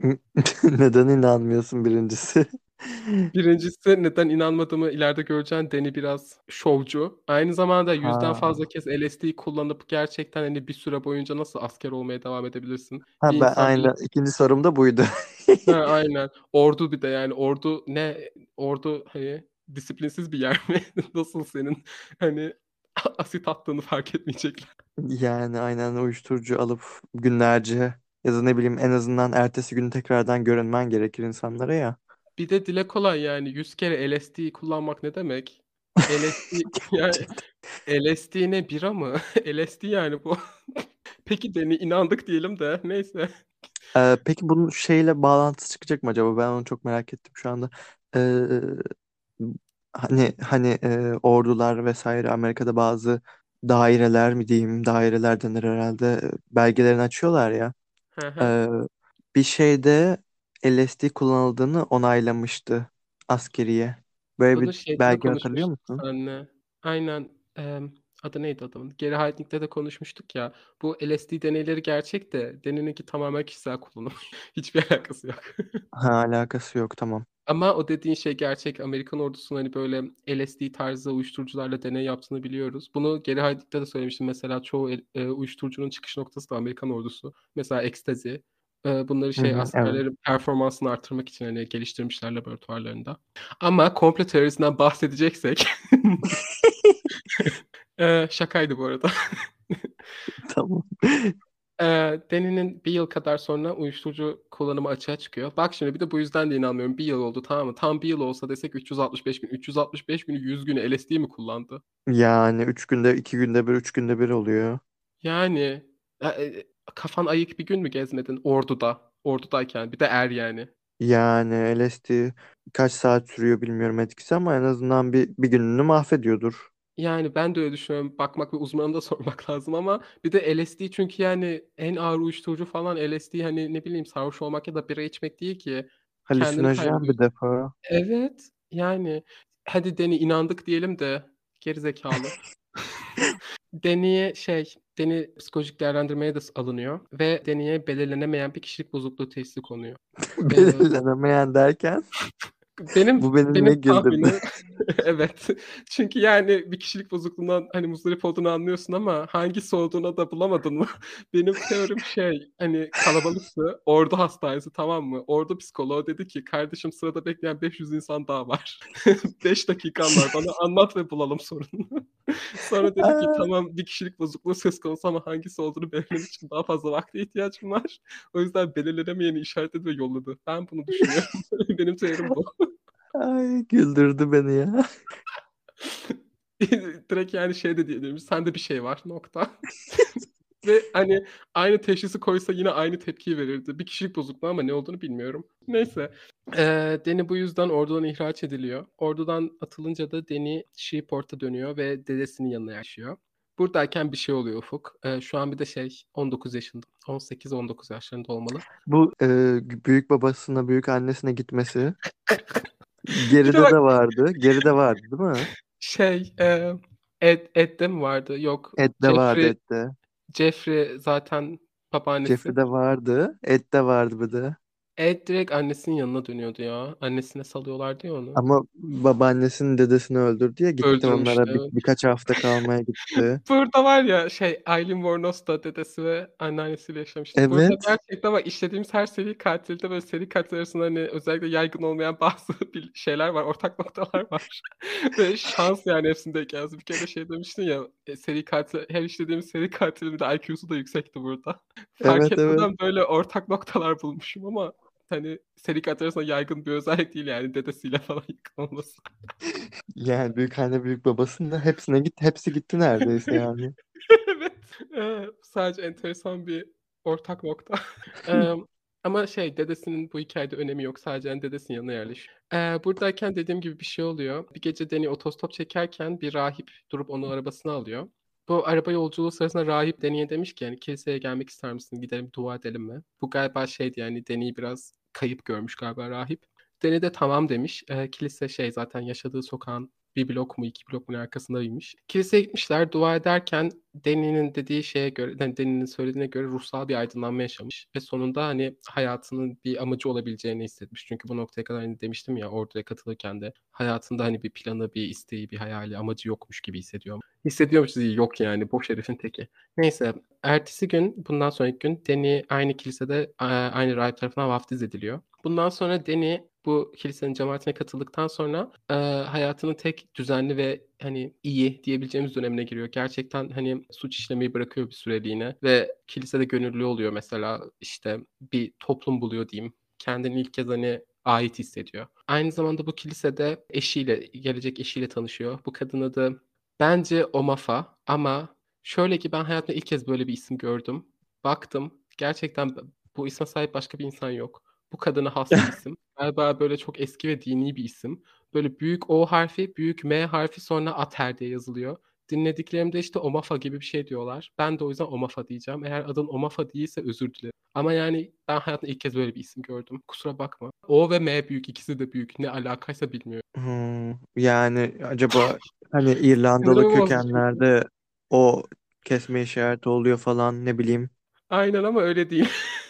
Neden inanmıyorsun birincisi? Birincisi neden inanmadığımı ileride göreceğin Danny biraz şovcu. Aynı zamanda yüzden fazla Ha. kez L S D kullanıp gerçekten, hani, bir süre boyunca nasıl asker olmaya devam edebilirsin? Bir Ha, ben insan bir aynen ikinci sorum da buydu. He, aynen. Ordu bir de yani ordu ne? Ordu, hani, disiplinsiz bir yer mi? Nasıl senin, hani, asit attığını fark etmeyecekler? Yani aynen uyuşturucu alıp günlerce ya da ne bileyim en azından ertesi gün tekrardan görünmen gerekir insanlara ya. Bir de dile kolay yani yüz kere L S D kullanmak ne demek? L S D yani L S D ne bira mı? L S D yani bu. Peki Deni inandık diyelim de neyse. Ee, peki bunun şeyle bağlantısı çıkacak mı acaba? Ben onu çok merak ettim şu anda. Ee, hani hani e, ordular vesaire Amerika'da bazı daireler mi diyeyim daireler denir herhalde e, belgelerini açıyorlar ya. Hı hı. Ee, bir şeyde L S D kullanıldığını onaylamıştı askeriye. Böyle bir Bunu şeyde de belge hatırlıyor konuşmuştuk musun? seninle. Aynen, emm, adı neydi adamın? Geri Hiding'de de konuşmuştuk ya. Bu L S D deneyleri gerçek de Deni'ninki tamamen kişisel kullanım. Hiçbir alakası yok. Ha, alakası yok, tamam. Ama o dediğin şey gerçek. Amerikan ordusunun, hani, böyle L S D tarzı uyuşturucularla deney yaptığını biliyoruz. Bunu Geri Hiding'de de söylemiştim. Mesela çoğu el eee, uyuşturucunun çıkış noktası da Amerikan ordusu. Mesela ekstazi. Eee, bunları Hı şey hı, evet. askerlerin performansını arttırmak için, hani, geliştirmişler laboratuvarlarında. Ama komplo teorisinden bahsedeceksek eee, şakaydı bu arada. Tamam. Eee, Deni'nin bir yıl kadar sonra uyuşturucu kullanımı açığa çıkıyor. Bak şimdi bir de bu yüzden de inanmıyorum. Bir yıl oldu, tamam mı? Tam bir yıl olsa desek üç yüz altmış beş gün. üç yüz altmış beş günü, yüz günü L S D mi kullandı? Yani üç günde iki günde bir üç günde bir oluyor. Yani, a eee, kafan ayık bir gün mü gezmedin orduda? Ordudayken bir de er yani. Yani L S D kaç saat sürüyor bilmiyorum etkisi ama en azından bir, bir gününü mahvediyordur. Yani ben de öyle düşünüyorum. Bakmak ve uzmanına da sormak lazım ama bir de L S D çünkü yani en ağır uyuşturucu falan L S D, hani, ne bileyim sarhoş olmak ya da bira içmek değil ki. Kendini Halüsinojen bir kaybediyorsun. defa. Evet, yani hadi Deni inandık diyelim de gerizekalı. Deni'ye şey, Deni psikolojik değerlendirmeye de s alınıyor ve Deni'ye belirlenemeyen bir kişilik bozukluğu teşhisi konuyor. Eee Belirlenemeyen derken Benim bu beni benim ne güldürdü. tahminim evet. Çünkü, yani, bir kişilik bozukluğundan, hani, muzdarip olduğunu anlıyorsun ama hangisi olduğuna da bulamadın mı? Benim teorim şey, hani, kalabalıktı, ordu hastanesi, tamam mı? Ordu psikoloğu dedi ki, "Kardeşim sırada bekleyen beş yüz insan daha var. beş dakikan var, bana anlat ve bulalım sorununu." Sonra dedi ki, Aa, "Tamam, bir kişilik bozukluğu söz konusu ama hangisi olduğunu belirlemek için daha fazla vakte ihtiyacım var. O yüzden belirlenemeyeni işaretledi ve yolladı." Ben bunu düşünüyorum. Benim teorim bu. ay, güldürdü beni ya. Direkt yani şey de diyebilirim, sende bir şey var, nokta. Ve, hani, aynı teşhisi koysa yine aynı tepkiyi verirdi. Bir kişilik bozukluğu ama ne olduğunu bilmiyorum. Neyse. Eee, Danny bu yüzden ordudan ihraç ediliyor. Ordudan atılınca da Danny Shreveport'a dönüyor ve dedesinin yanına yaşıyor. Buradayken bir şey oluyor Ufuk. Eee, şu an bir de şey on dokuz yaşında. on sekiz on dokuz yaşlarında olmalı. Bu e, büyük babasına, büyük annesine gitmesi Bir de geride bak de vardı. Geride vardı değil mi? şey, eee, Ed Ed'de mi vardı? Yok, Ed'de vardı, Jeffrey Ed'de. Jeffrey zaten babaannesi. Jeffrey'de vardı. Ed'de vardı bir de. Ed direkt annesinin yanına dönüyordu ya. Annesine salıyorlardı ya onu. Ama babaannesinin dedesini öldürdü ya, gitti Öldürmüştü, onlara bir, evet. birkaç hafta kalmaya gitti. Burada var ya şey, Aileen Wuornos da dedesi ve anneannesiyle yaşamıştı. Burada Evet. gerçekten bak işlediğimiz her seri katilde böyle seri katil arasında, hani, özellikle yaygın olmayan bazı bil şeyler var, ortak noktalar var ve şans yani hepsini denk gelmesi. Bir kere şey demiştin ya, eee, seri katil her işlediğimiz seri katilin bir de I Q'su da yüksekti burada. Fark Evet, evet. etmeden böyle ortak noktalar bulmuşum ama, hani, seri katil arasında yaygın bir özellik değil yani dedesiyle falan yakın olması. Yani büyük anne büyük babasının da hepsine git hepsi gitti neredeyse yani. Evet. Eee, sadece enteresan bir ortak nokta. Emm, ama şey, dedesinin bu hikâyede önemi yok. Sadece, hani, dedesinin yanına yerleşiyor. Eee, buradayken dediğim gibi bir şey oluyor. Bir gece Danny otostop çekerken bir rahip durup onu arabasına alıyor. Bu araba yolculuğu sırasında rahip Danny'ye demiş ki, hani, "Kiliseye gelmek ister misin? Gidelim, dua edelim mi?" Bu galiba şeydi, yani, Danny'yi biraz kayıp görmüş galiba rahip. Danny de "Tamam." demiş. Eee, kilise şey zaten yaşadığı sokağın Bir blok mu iki blok mu ne arkasındaymış. Kiliseye gitmişler. Dua ederken Danny'nin dediği şeye göre, yani Danny'nin söylediğine göre ruhsal bir aydınlanma yaşamış ve sonunda hani hayatının bir amacı olabileceğini hissetmiş. Çünkü bu noktaya kadar hani demiştim ya, orduya katılırken de hayatında hani bir planı, bir isteği, bir hayali, amacı yokmuş gibi hissediyor. Hissediyormuş değil, yok yani, boş herifin teki. Neyse, ertesi gün, bundan sonraki gün Danny aynı kilisede a- aynı rahip tarafından vaftiz ediliyor. Bundan sonra Danny bu kilisenin cemaatine katıldıktan sonra e, hayatının tek düzenli ve hani iyi diyebileceğimiz dönemine giriyor. Gerçekten hani suç işlemeyi bırakıyor bir süreliğine ve kilisede gönüllü oluyor mesela, işte bir toplum buluyor diyeyim. Kendini ilk kez hani ait hissediyor. Aynı zamanda bu kilisede eşiyle, gelecek eşiyle tanışıyor. Bu kadın adı bence Omafa, ama şöyle ki ben hayatımda ilk kez böyle bir isim gördüm. Baktım, gerçekten bu isme sahip başka bir insan yok. Bu kadına has bir isim. Galiba böyle çok eski ve dini bir isim. Böyle büyük O harfi, büyük M harfi, sonra Ater diye yazılıyor. Dinlediklerimde işte Omafa gibi bir şey diyorlar. Ben de o yüzden Omafa diyeceğim. Eğer adın Omafa değilse özür dilerim. Ama yani ben hayatımda ilk kez böyle bir isim gördüm. Kusura bakma. O ve M büyük, ikisi de büyük. Ne alakaysa bilmiyorum. Hmm, yani acaba hani İrlandalı Sinirimi bozdu çünkü. kökenlerde o kesme işareti oluyor falan, ne bileyim. Aynen, ama öyle değil.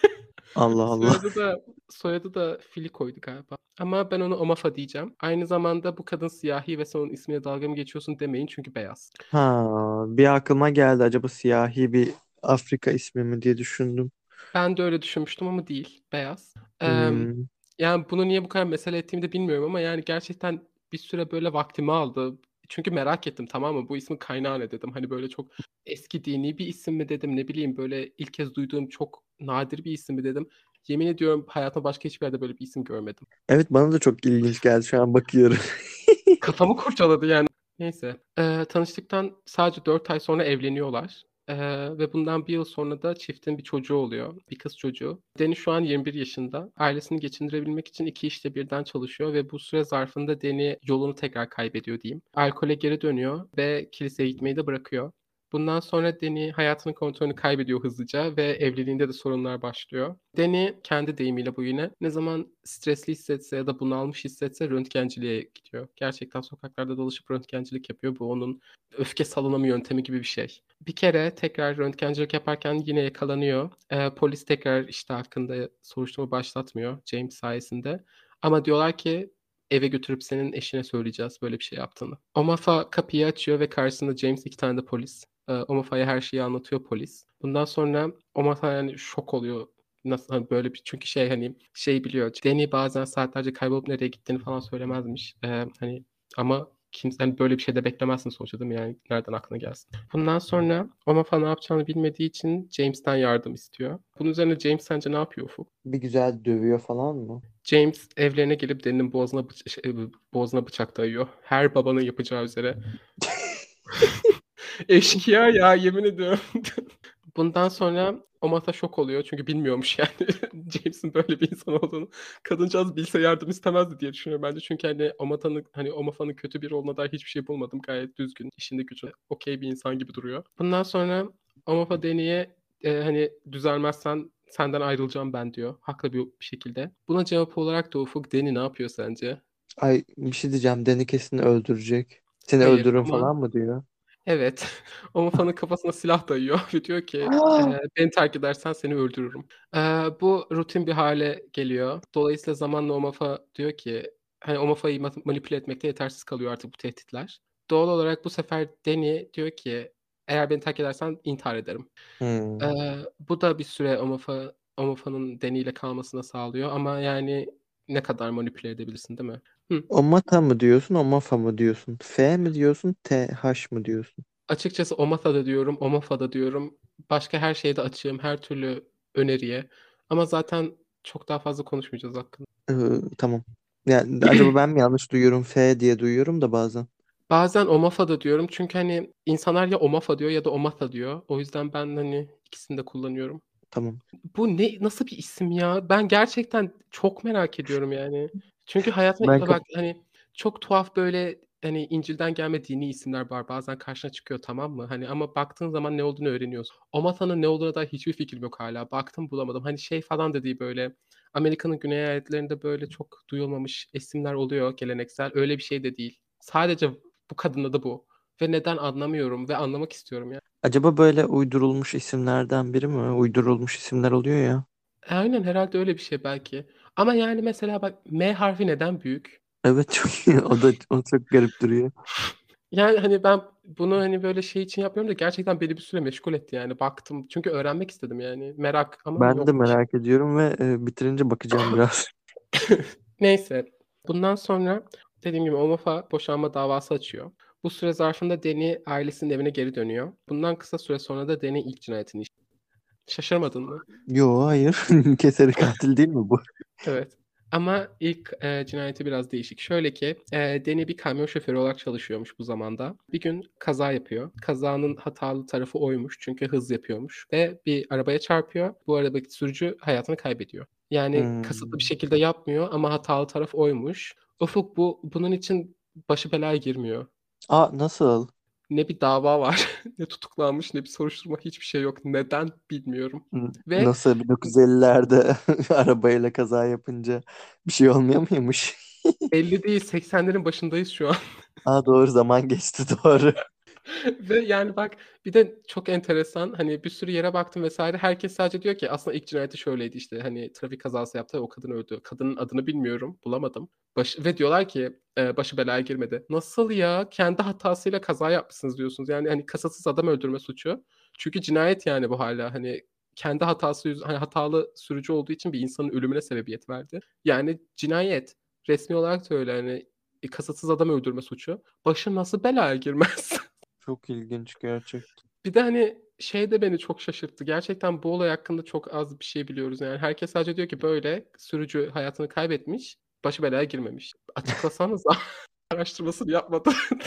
Allah Allah. Soyadı da soyadı da Filiko'ydu galiba. Ama ben ona Omafa diyeceğim. Aynı zamanda bu kadın siyahi ve sen onun ismine dalga mı geçiyorsun demeyin, çünkü beyaz. Ha, bir aklıma geldi, acaba siyahi bir Afrika ismi mi diye düşündüm. Ben de öyle düşünmüştüm ama değil. Beyaz. Ee, Hmm. Yani bunu niye bu kadar mesele ettiğimi de bilmiyorum ama yani gerçekten bir süre böyle vaktimi aldı. Çünkü merak ettim, tamam mı? Bu ismin kaynağı ne dedim. Hani böyle çok eski dini bir isim mi dedim. Ne bileyim, böyle ilk kez duyduğum çok nadir bir isim mi dedim. Yemin ediyorum hayatımda başka hiçbir yerde böyle bir isim görmedim. Evet, bana da çok ilginç geldi, şu an bakıyorum. Kafamı kurcaladı yani. Neyse. Ee, tanıştıktan sadece dört ay sonra evleniyorlar. Ee, ve bundan bir yıl sonra da çiftin bir çocuğu oluyor. Bir kız çocuğu. Deni şu an yirmi bir yaşında. Ailesini geçindirebilmek için iki işte birden çalışıyor ve bu süre zarfında Deni yolunu tekrar kaybediyor diyeyim. Alkole geri dönüyor ve kiliseye gitmeyi de bırakıyor. Bundan sonra Deni hayatının kontrolünü kaybediyor hızlıca ve evliliğinde de sorunlar başlıyor. Deni kendi deyimiyle bu yine ne zaman stresli hissetse ya da bunalmış hissetse röntgenciliğe gidiyor. Gerçekten sokaklarda dolaşıp röntgencilik yapıyor. Bu onun öfke salınımı yöntemi gibi bir şey. Bir kere tekrar röntgencilik yaparken yine yakalanıyor. Ee, polis tekrar işte hakkında soruşturma başlatmıyor James sayesinde. Ama diyorlar ki eve götürüp senin eşine söyleyeceğiz böyle bir şey yaptığını. Omafa kapıyı açıyor ve karşısında James, iki tane de polis. Ee, Omafa'ya her şeyi anlatıyor polis. Bundan sonra Omafa yani şok oluyor. Nasıl hani böyle bir, çünkü şey hani şey biliyor. Danny bazen saatlerce kaybolup nereye gittiğini falan söylemezmiş. Ee, hani ama kimse hani böyle bir şey de beklemezsin sonuçta, değil mi? Yani nereden aklına gelsin. Bundan sonra Omafa ne yapacağını bilmediği için James'ten yardım istiyor. Bunun üzerine James sence ne yapıyor Ufuk? Bir güzel dövüyor falan mı? James evlerine gelip Danny'nin boğazına, bıç- şey, boğazına bıçak dayıyor. Her babanın yapacağı üzere. Eşkıya ya, yemin ediyorum. Bundan sonra Omasa şok oluyor çünkü bilmiyormuş yani James'in böyle bir insan olduğunu. Kadıncağız bilse yardım istemezdi diye düşünüyorum bence. Çünkü hani Omata'nın hani Omafa'nın kötü biri olduğuna dair hiçbir şey bulmadım. Gayet düzgün, işinde gücü okey bir insan gibi duruyor. Bundan sonra Omafa Deni'ye e, hani düzelmezsen senden ayrılacağım ben diyor. Haklı bir, bir şekilde. Buna cevap olarak da Ufuk, Deni ne yapıyor sence? Ay, bir şey diyeceğim, Deni kesin öldürecek. Seni Hayır öldürürüm ama falan mı diyor? evet. Omofan'ın kafasına silah dayıyor ve diyor ki Ah! e, beni terk edersen seni öldürürüm. E, Bu rutin bir hale geliyor. Dolayısıyla zamanla Omofa diyor ki hani Omofa'yı ma- manipüle etmekte yetersiz kalıyor artık bu tehditler. Doğal olarak bu sefer Danny diyor ki eğer beni terk edersen intihar ederim. E, Hmm. Bu da bir süre Omofa, Omofa'nın Danny ile kalmasına sağlıyor ama yani ne kadar manipüle edebilirsin, değil mi? Hı. Omata mı diyorsun, Omafa mı diyorsun? F mi diyorsun, T H mı diyorsun? Açıkçası Omata da diyorum, Omafa da diyorum. Başka her şeye de açığım, her türlü öneriye. Ama zaten çok daha fazla konuşmayacağız hakkında. Ee, tamam. Yani acaba ben mi yanlış duyuyorum? F diye duyuyorum da bazen. Bazen Omafa da diyorum çünkü hani insanlar ya Omafa diyor ya da Omata diyor. O yüzden ben hani ikisini de kullanıyorum. Tamam. Bu ne, nasıl bir isim ya? Ben gerçekten çok merak ediyorum yani. Çünkü Ben hayatımda kap bak hani çok tuhaf böyle hani İncil'den gelme dini isimler var. Bazen karşına çıkıyor, tamam mı? Hani ama baktığın zaman ne olduğunu öğreniyorsun. Omata'nın ne olduğuna dair hiçbir fikrim yok hala. Baktım bulamadım. Hani şey falan da değil, böyle Amerika'nın güney eyaletlerinde böyle çok duyulmamış isimler oluyor geleneksel. Öyle bir şey de değil. Sadece Bu kadının adı bu. Ve neden anlamıyorum ve anlamak istiyorum ya. Acaba böyle uydurulmuş isimlerden biri mi? Uydurulmuş isimler oluyor ya. E, aynen herhalde öyle bir şey belki. Ama yani mesela bak M harfi neden büyük? Evet, çok iyi. O da o çok garip duruyor. Yani hani ben bunu hani böyle şey için yapmıyorum da gerçekten beni bir süre meşgul etti yani. Baktım çünkü öğrenmek istedim yani. Merak ama Ben de yok bir şey. merak ediyorum ve e, bitirince bakacağım biraz. Neyse. Bundan sonra dediğim gibi Omofa boşanma davası açıyor. Bu süre zarfında Deni ailesinin evine geri dönüyor. Bundan kısa süre sonra da Deni ilk cinayetini işliyor. Şaşırmadın mı? Yo, hayır. Keseri katil değil mi bu? Evet. Ama ilk e, cinayeti biraz değişik. Şöyle ki, e, Deni bir kamyon şoförü olarak çalışıyormuş bu zamanda. Bir gün kaza yapıyor. Kazanın hatalı tarafı oymuş çünkü hız yapıyormuş. Ve bir arabaya çarpıyor. Bu arabadaki sürücü hayatını kaybediyor. Yani kasıtlı bir Hmm. şekilde yapmıyor ama hatalı taraf oymuş. Ufuk bu bunun için başı belaya girmiyor. Aa, nasıl? Ne bir dava var, ne tutuklanmış, ne bir soruşturma, hiçbir şey yok. Neden bilmiyorum. N- Ve Nasıl bin dokuz yüz ellilerde arabayla kaza yapınca bir şey olmuyor muymuş? elli değil seksenlerin başındayız şu an. Aa, doğru, zaman geçti, doğru. Ve yani bak bir de çok enteresan hani bir sürü yere baktım vesaire herkes sadece diyor ki aslında ilk cinayeti şöyleydi işte hani trafik kazası yaptı ve o kadın öldü. Kadının adını bilmiyorum bulamadım. Baş, ve diyorlar ki e, başı belaya girmedi. Nasıl ya? Kendi hatasıyla kaza yapmışsınız diyorsunuz. Yani hani kasıtsız adam öldürme suçu. Çünkü cinayet yani bu hala hani kendi hatası yüz hani hatalı sürücü olduğu için bir insanın ölümüne sebebiyet verdi. Yani cinayet resmi olarak da öyle hani e, kasıtsız adam öldürme suçu. Başı nasıl belaya girmez? Çok ilginç gerçekten. Bir de hani şey de beni çok şaşırttı. Gerçekten bu olay hakkında çok az bir şey biliyoruz. Yani herkes sadece diyor ki böyle sürücü hayatını kaybetmiş, başı belaya girmemiş. Açıklasanız araştırmasını yapmadı.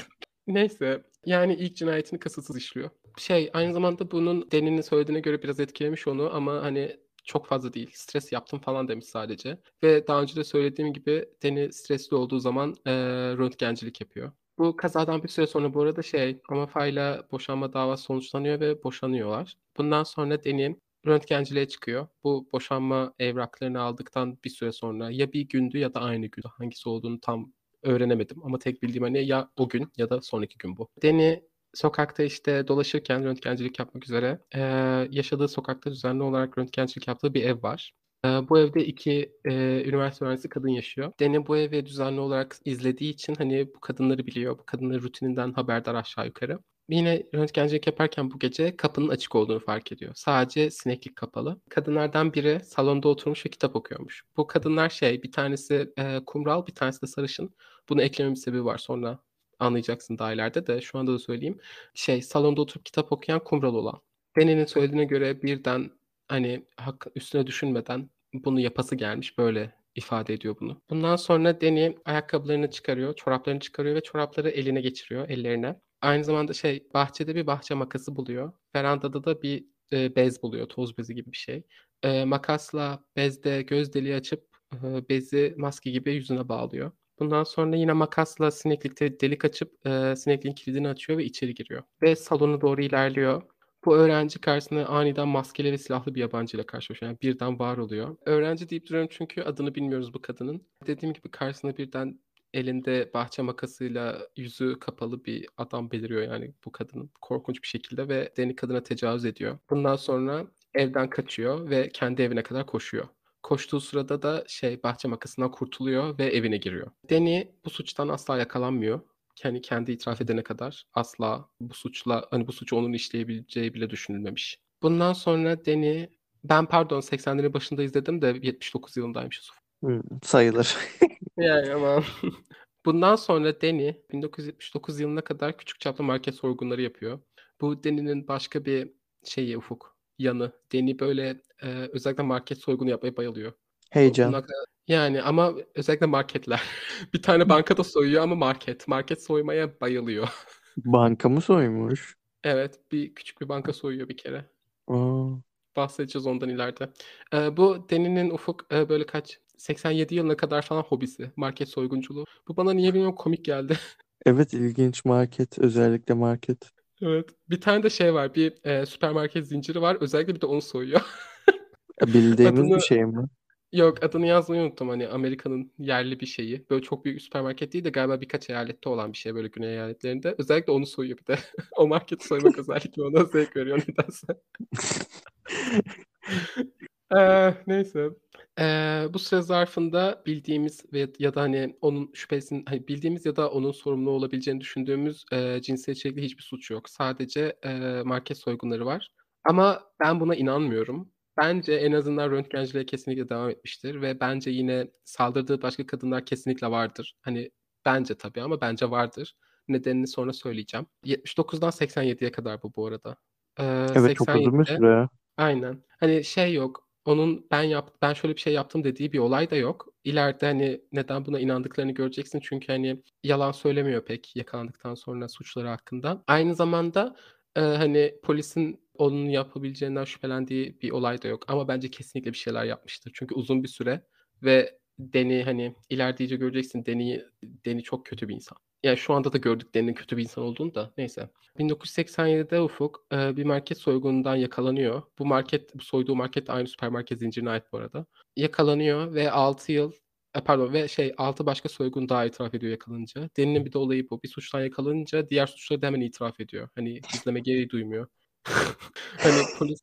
Neyse yani ilk cinayetini kasıtsız işliyor. Şey aynı zamanda bunun Deni'nin söylediğine göre biraz etkilemiş onu ama hani çok fazla değil. Stres yaptım falan demiş sadece. Ve daha önce de söylediğim gibi Deni stresli olduğu zaman eee röntgencilik yapıyor. Bu kazadan bir süre sonra bu arada şey Amafa'yla boşanma davası sonuçlanıyor ve boşanıyorlar. Bundan sonra Deni röntgenciliğe çıkıyor. Bu boşanma evraklarını aldıktan bir süre sonra ya bir gündü ya da aynı gün. Hangisi olduğunu tam öğrenemedim ama tek bildiğim hani ya o gün ya da sonraki gün bu. Deni sokakta işte dolaşırken röntgencilik yapmak üzere e, yaşadığı sokakta düzenli olarak röntgencilik yaptığı bir ev var. E, bu evde iki e, üniversite öğrencisi kadın yaşıyor. Deni bu evi düzenli olarak izlediği için hani bu kadınları biliyor. Bu kadınların rutininden haberdar aşağı yukarı. Yine röntgencilik yaparken bu gece kapının açık olduğunu fark ediyor. Sadece sineklik kapalı. Kadınlardan biri salonda oturmuş ve kitap okuyormuş. Bu kadınlar şey bir tanesi e, kumral bir tanesi de sarışın. Bunu eklememin sebebi var sonra anlayacaksın daha ileride de şu anda da söyleyeyim. Şey salonda oturup kitap okuyan kumral olan. Deni'nin söylediğine göre birden hani hak üstüne düşünmeden bunu yapası gelmiş böyle ifade ediyor bunu. Bundan sonra Deni ayakkabılarını çıkarıyor, çoraplarını çıkarıyor ve çorapları eline geçiriyor, ellerine. Aynı zamanda şey bahçede bir bahçe makası buluyor. Verandada da bir e, bez buluyor, toz bezi gibi bir şey. E, makasla bezde göz deliği açıp e, bezi maske gibi yüzüne bağlıyor. Bundan sonra yine makasla sineklikte delik açıp e, sinekliğin kilidini açıyor ve içeri giriyor. Ve salona doğru ilerliyor. Bu öğrenci karşısında aniden maskeli ve silahlı bir yabancıyla karşılaşıyor. Yani birden var oluyor. Öğrenci deyip duruyorum çünkü adını bilmiyoruz bu kadının. Dediğim gibi karşısında birden elinde bahçe makasıyla yüzü kapalı bir adam beliriyor yani bu kadının korkunç bir şekilde ve Deni kadına tecavüz ediyor. Bundan sonra evden kaçıyor ve kendi evine kadar koşuyor. Koştuğu sırada da şey bahçe makasından kurtuluyor ve evine giriyor. Deni bu suçtan asla yakalanmıyor. Yani kendi itiraf edene kadar asla bu suçla hani bu suçu onun işleyebileceği bile düşünülmemiş. Bundan sonra Deni ben pardon seksenlerin başında izledim de yetmiş dokuz yılındaymış. Hmm, sayılır. Yani ama bundan sonra Deni bin dokuz yüz yetmiş dokuz yılına kadar küçük çaplı market soygunları yapıyor. Bu Deni'nin başka bir şeyi Ufuk yanı. Deni böyle e, özellikle market soygunu yapmaya bayılıyor. Bu- Heyecan. Bunlar yani ama özellikle marketler. Bir tane bankada soyuyor ama market. Market soymaya bayılıyor. Banka mı soymuş? Evet, bir küçük bir banka soyuyor bir kere. Aa, Bahsedeceğiz ondan ileride. Ee, bu Deni'nin Ufuk e, böyle kaç seksen yedi yılına kadar falan hobisi market soygunculuğu. Bu bana niye bilmiyorum komik geldi. evet, ilginç market, özellikle market. Evet. Bir tane de şey var. Bir e, süpermarket zinciri var. Özellikle bir de onu soyuyor. E, Bildiğimiz bir Adını şey mi? Yok, adını yazmayı unuttum. Hani Amerika'nın yerli bir şeyi. Böyle çok büyük bir süpermarket değil de galiba birkaç eyalette olan bir şey böyle güney eyaletlerinde. Özellikle onu soyuyor bir de. O marketi soymak özellikle ona zevk veriyor nedense. Eee, neyse. Eee, bu süre zarfında bildiğimiz ve ya da, hani, onun şüphesinin, hani, bildiğimiz ya da onun sorumlu olabileceğini düşündüğümüz, eee, cinsiyet içerikli hiçbir suç yok. Sadece, eee, market soygunları var ama ben buna inanmıyorum. Bence en azından röntgenciliğe kesinlikle devam etmiştir ve bence yine saldırdığı başka kadınlar kesinlikle vardır. Hani, bence tabii ama bence vardır. Nedenini sonra söyleyeceğim. yetmiş dokuzdan seksen yediye kadar bu, bu arada. Eee, Evet, çok uzun bir seksen yedide süre. aynen. Hani, şey yok, onun ben yap ben şöyle bir şey yaptım dediği bir olay da yok. İleride, hani, neden buna inandıklarını göreceksin çünkü, hani, yalan söylemiyor pek yakalandıktan sonra suçları hakkında. Aynı zamanda, eee, hani, polisin onun yapabileceğinden şüphelendiği bir olay da yok ama bence kesinlikle bir şeyler yapmıştır. Çünkü uzun bir süre ve Danny, hani, ileride iyice göreceksin Danny'yi Danny çok kötü bir insan. Yani, şu anda da gördük Danny'nin kötü bir insan olduğunu da neyse. bin dokuz yüz seksen yedide Ufuk, eee, bir market soygunundan yakalanıyor. Bu market, bu soyduğu market de aynı süpermarket zincirine ait bu arada. Yakalanıyor ve altı yıl, eee, pardon ve şey altı başka soygun daha itiraf ediyor yakalanınca. Deni'nin bir de olayı bu. Bir suçtan yakalanınca diğer suçları da hemen itiraf ediyor. Hani gizleme gereği duymuyor. Hani polis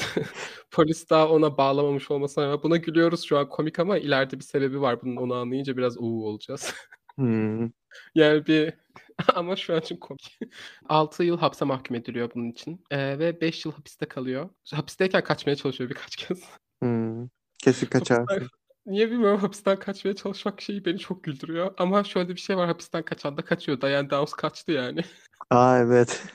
polis daha ona bağlamamış olmasına rağmen buna gülüyoruz şu an komik ama ileride bir sebebi var bunun, onu anlayınca biraz uuu olacağız. Hımm. Yani bir ama şu an için komik. altı yıl hapse mahkum ediliyor bunun için, eee, ve beş yıl hapiste kalıyor. Hapisteyken kaçmaya çalışıyor birkaç kez. Hımm. Kesin Hapisten kaçarsın. niye bilmiyorum hapisten kaçmaya çalışmak şeyi beni çok güldürüyor ama şöyle bir şey var, hapisten kaçan da kaçıyor. Diane Dawes kaçtı yani. A, evet.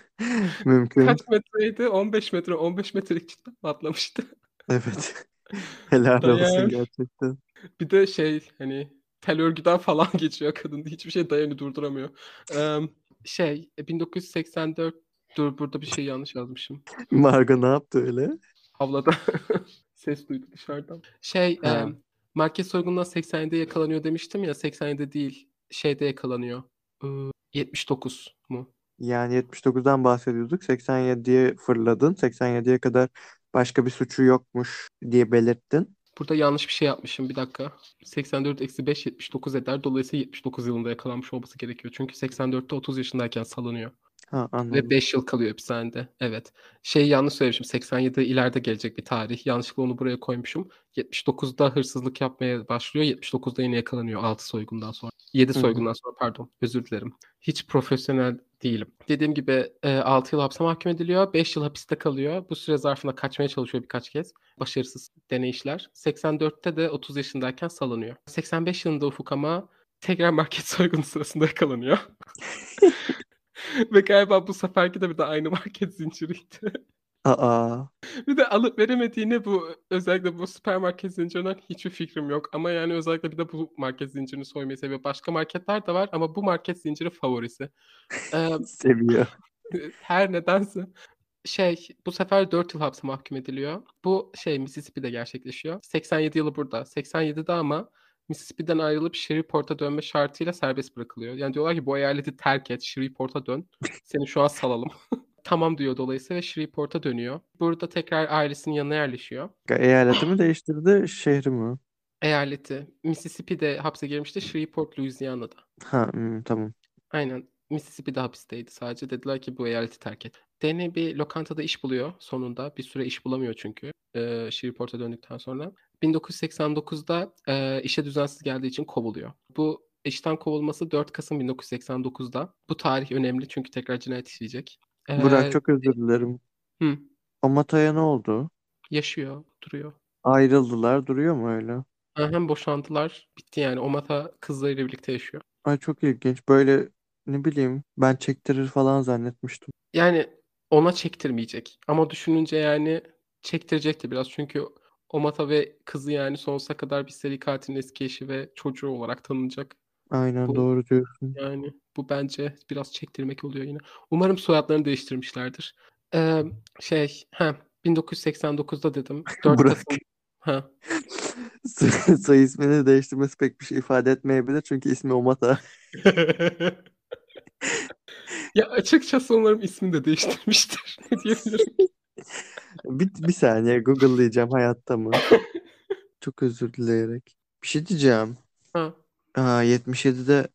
Kaç Mümkün. metreydi? on beş metre. on beş metrelik çitten mi atlamıştı? Evet. Helal olsun Diane. gerçekten. Bir de şey, hani, tel örgüden falan geçiyor kadın. Hiçbir şey Diane'i durduramıyor. Emm, şey, e, bin dokuz yüz seksen dört dur burada bir şey yanlış yazmışım. Margo ne yaptı öyle? Havlada ses duydu dışarıdan. Şey, Ha. emm, market soygunundan seksen yedide yakalanıyor demiştim ya, seksen yedi değil, şeyde yakalanıyor, ııı, yetmiş dokuz mu? Yani yetmiş dokuzdan bahsediyorduk. seksen yediye fırladın. seksen yediye kadar başka bir suçu yokmuş diye belirttin. Burada yanlış bir şey yapmışım, bir dakika. seksen dört eksi beş yetmiş dokuz eder. Dolayısıyla yetmiş dokuz yılında yakalanmış olması gerekiyor. Çünkü seksen dörtte otuz yaşındayken salınıyor. Ha, Ve anladım. beş yıl kalıyor hapishanede. Evet. Şeyi yanlış söylemişim. seksen yedi ileride gelecek bir tarih. Yanlışlıkla onu buraya koymuşum. yetmiş dokuzda hırsızlık yapmaya başlıyor. yetmiş dokuzda yine yakalanıyor altı soygundan sonra. yedi Hı hı. soygundan sonra pardon. Özür dilerim. Hiç profesyonel değilim. Dediğim gibi, eee, altı yıl hapse mahkum ediliyor. beş yıl hapiste kalıyor. Bu süre zarfında kaçmaya çalışıyor birkaç kez. Başarısız deneyişler. seksen dörtte de otuz yaşındayken salınıyor. seksen beş yılında Ufuk ama tekrar market soygunu sırasında yakalanıyor. Ve galiba bu seferki de bir de aynı market zinciriydi. A! Bir de alıp veremediğine bu özellikle bu süpermarket zincirinden hiçbir fikrim yok ama yani özellikle bir de bu market zincirini soymayı seviyor. Başka marketler de var ama bu market zinciri favorisi. Eee, Seviyor. her nedense şey, bu sefer dört yıl hapse mahkum ediliyor. Bu şey Mississippi'de gerçekleşiyor. seksen yedi yılı burada. seksen yedide ama Mississippi'den ayrılıp Shreveport'a dönme şartıyla serbest bırakılıyor. Yani diyorlar ki bu eyaleti terk et, Shreveport'a dön. Seni şu an salalım. Tamam diyor dolayısıyla ve Shreveport'a dönüyor. Burada tekrar ailesinin yanına yerleşiyor. Eyaleti mi değiştirdi, şehri mi? Eyaleti Mississippi'de hapse girmişti, Shreveport, Louisiana'da. Ha, ımm, tamam. Aynen. Mississippi'de hapisteydi sadece. Dediler ki bu eyaleti terk et. Danny bir lokantada iş buluyor sonunda. Bir süre iş bulamıyor çünkü, eee, Shreveport'a döndükten sonra. bin dokuz yüz seksen dokuzda, eee, işe düzensiz geldiği için kovuluyor. Bu işten kovulması dört Kasım bin dokuz yüz seksen dokuzda. Bu tarih önemli çünkü tekrar cinayet işleyecek. Burak, Eee çok özür dilerim. Hı. O Mata'ya ne oldu? Yaşıyor, duruyor. Ayrıldılar, duruyor mu öyle? Hı hı, boşandılar. Bitti yani. Omata kızlarıyla birlikte yaşıyor. Ay, çok ilginç. Böyle, ne bileyim, ben çektirir falan zannetmiştim. Yani ona çektirmeyecek ama düşününce yani çektirecek de biraz. Çünkü Omata ve kızı yani sonsuza kadar bir seri katilin eski eşi ve çocuğu olarak tanınacak. Aynen, Bu doğru diyorsun. yani bu bence biraz çektirmek oluyor yine. Umarım soyadlarını değiştirmişlerdir. Emm, şey, heh, bin dokuz yüz seksen dokuzda dedim. dört Burak, Kasım Heh. soy soy ismini değiştirmesi pek bir şey ifade etmeyebilir çünkü ismi Omata. Ya, açıkçası umarım ismini de değiştirmiştir. Ne diyebilirim ki? Bir bir saniye Google'layacağım, hayatta mı? çok özür dileyerek. Bir şey diyeceğim. Ha. Aa, yetmiş yedide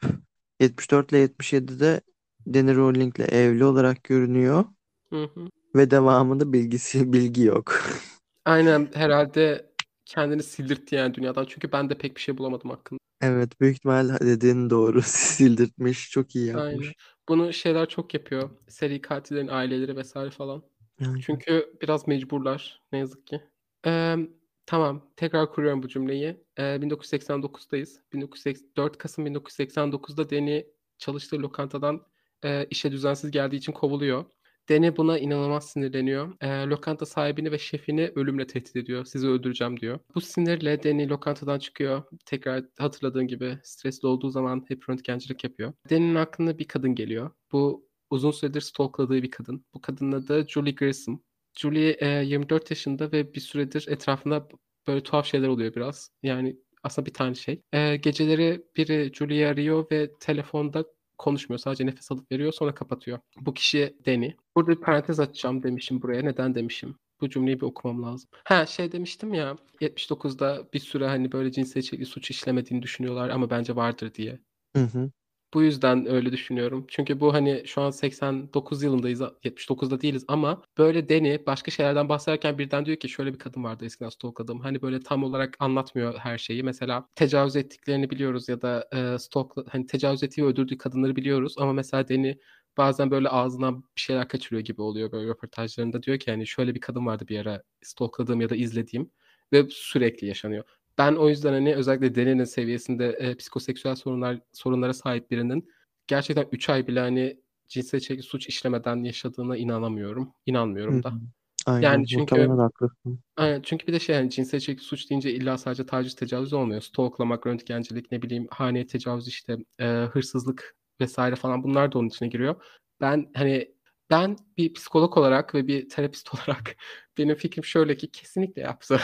yetmiş dört ile yetmiş yedide Danny Rowling'le evli olarak görünüyor Hı hı. ve devamında bilgisi bilgi yok. Aynen, herhalde kendini sildirtti yani dünyadan. Çünkü ben de pek bir şey bulamadım hakkında. Evet, büyük ihtimal dediğin doğru. Sildirtmiş. Çok iyi Aynen. yapmış. Bunu şeyler çok yapıyor. Seri katillerin aileleri vesaire falan. Aynen. Çünkü biraz mecburlar ne yazık ki. Emm, tamam, tekrar kuruyorum bu cümleyi. Eee, bin dokuz yüz seksen dokuzdayız. bin dokuz yüz seks dört Kasım bin dokuz yüz seksen dokuzda Danny çalıştığı lokantadan, eee, işe düzensiz geldiği için kovuluyor. Danny buna inanılmaz sinirleniyor. Eee, lokanta sahibini ve şefini ölümle tehdit ediyor. "Sizi öldüreceğim." diyor. Bu sinirle Danny lokantadan çıkıyor. Tekrar hatırladığın gibi stresli olduğu zaman hep röntgencilik yapıyor. Danny'nin aklına bir kadın geliyor. Bu uzun süredir stalkladığı bir kadın. Bu kadının adı Julie Grissom. Julie, eee, yirmi dört yaşında ve bir süredir etrafında b böyle tuhaf şeyler oluyor biraz. Yani aslında bir tane şey. Eee, geceleri biri Julie'yi arıyor ve telefonda konuşmuyor. Sadece nefes alıp veriyor, sonra kapatıyor. Bu kişi Danny. Burada bir parantez açacağım demişim buraya. Neden demişim? Bu cümleyi bir okumam lazım. Ha, şey demiştim ya, yetmiş dokuzda bir süre, hani, böyle cinsiyetçi suç işlemediğini düşünüyorlar ama bence vardır diye. Hı hı. Bu yüzden öyle düşünüyorum. Çünkü bu, hani, şu an seksen dokuz yılındayız, a yetmiş dokuzda değiliz ama böyle Danny başka şeylerden bahsederken birden diyor ki şöyle bir kadın vardı eskiden stalkladığım. Hani, böyle tam olarak anlatmıyor her şeyi. Mesela tecavüz ettiklerini biliyoruz ya da, eee, stalkla hani, tecavüz ettiği ve öldürdüğü kadınları biliyoruz ama mesela Danny bazen böyle ağzından bir şeyler kaçırıyor gibi oluyor böyle röportajlarında. Diyor ki, hani, şöyle bir kadın vardı bir ara stalkladığım ya da izlediğim ve sürekli yaşanıyor. Ben o yüzden, hani, özellikle Dani'nin seviyesinde, eee, psikoseksüel sorunlar sorunlara sahip birinin gerçekten üç ay bile, hani, cinsel içerikli suç işlemeden yaşadığına inanamıyorum. Hı İnanmıyorum hı. da. Aynen. Yani Muhtemelen çünkü haklısın. Aynen, çünkü bir de şey, hani, cinsel içerikli suç deyince illa sadece taciz, tecavüz olmuyor. Stalklamak, röntgencilik, ne bileyim, haneye tecavüz, işte, eee, hırsızlık vesaire falan bunlar da onun içine giriyor. Ben, hani, ben bir psikolog olarak ve bir terapist olarak benim fikrim şöyle ki kesinlikle yapsa.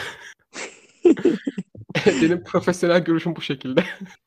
Benim profesyonel görüşüm bu şekilde.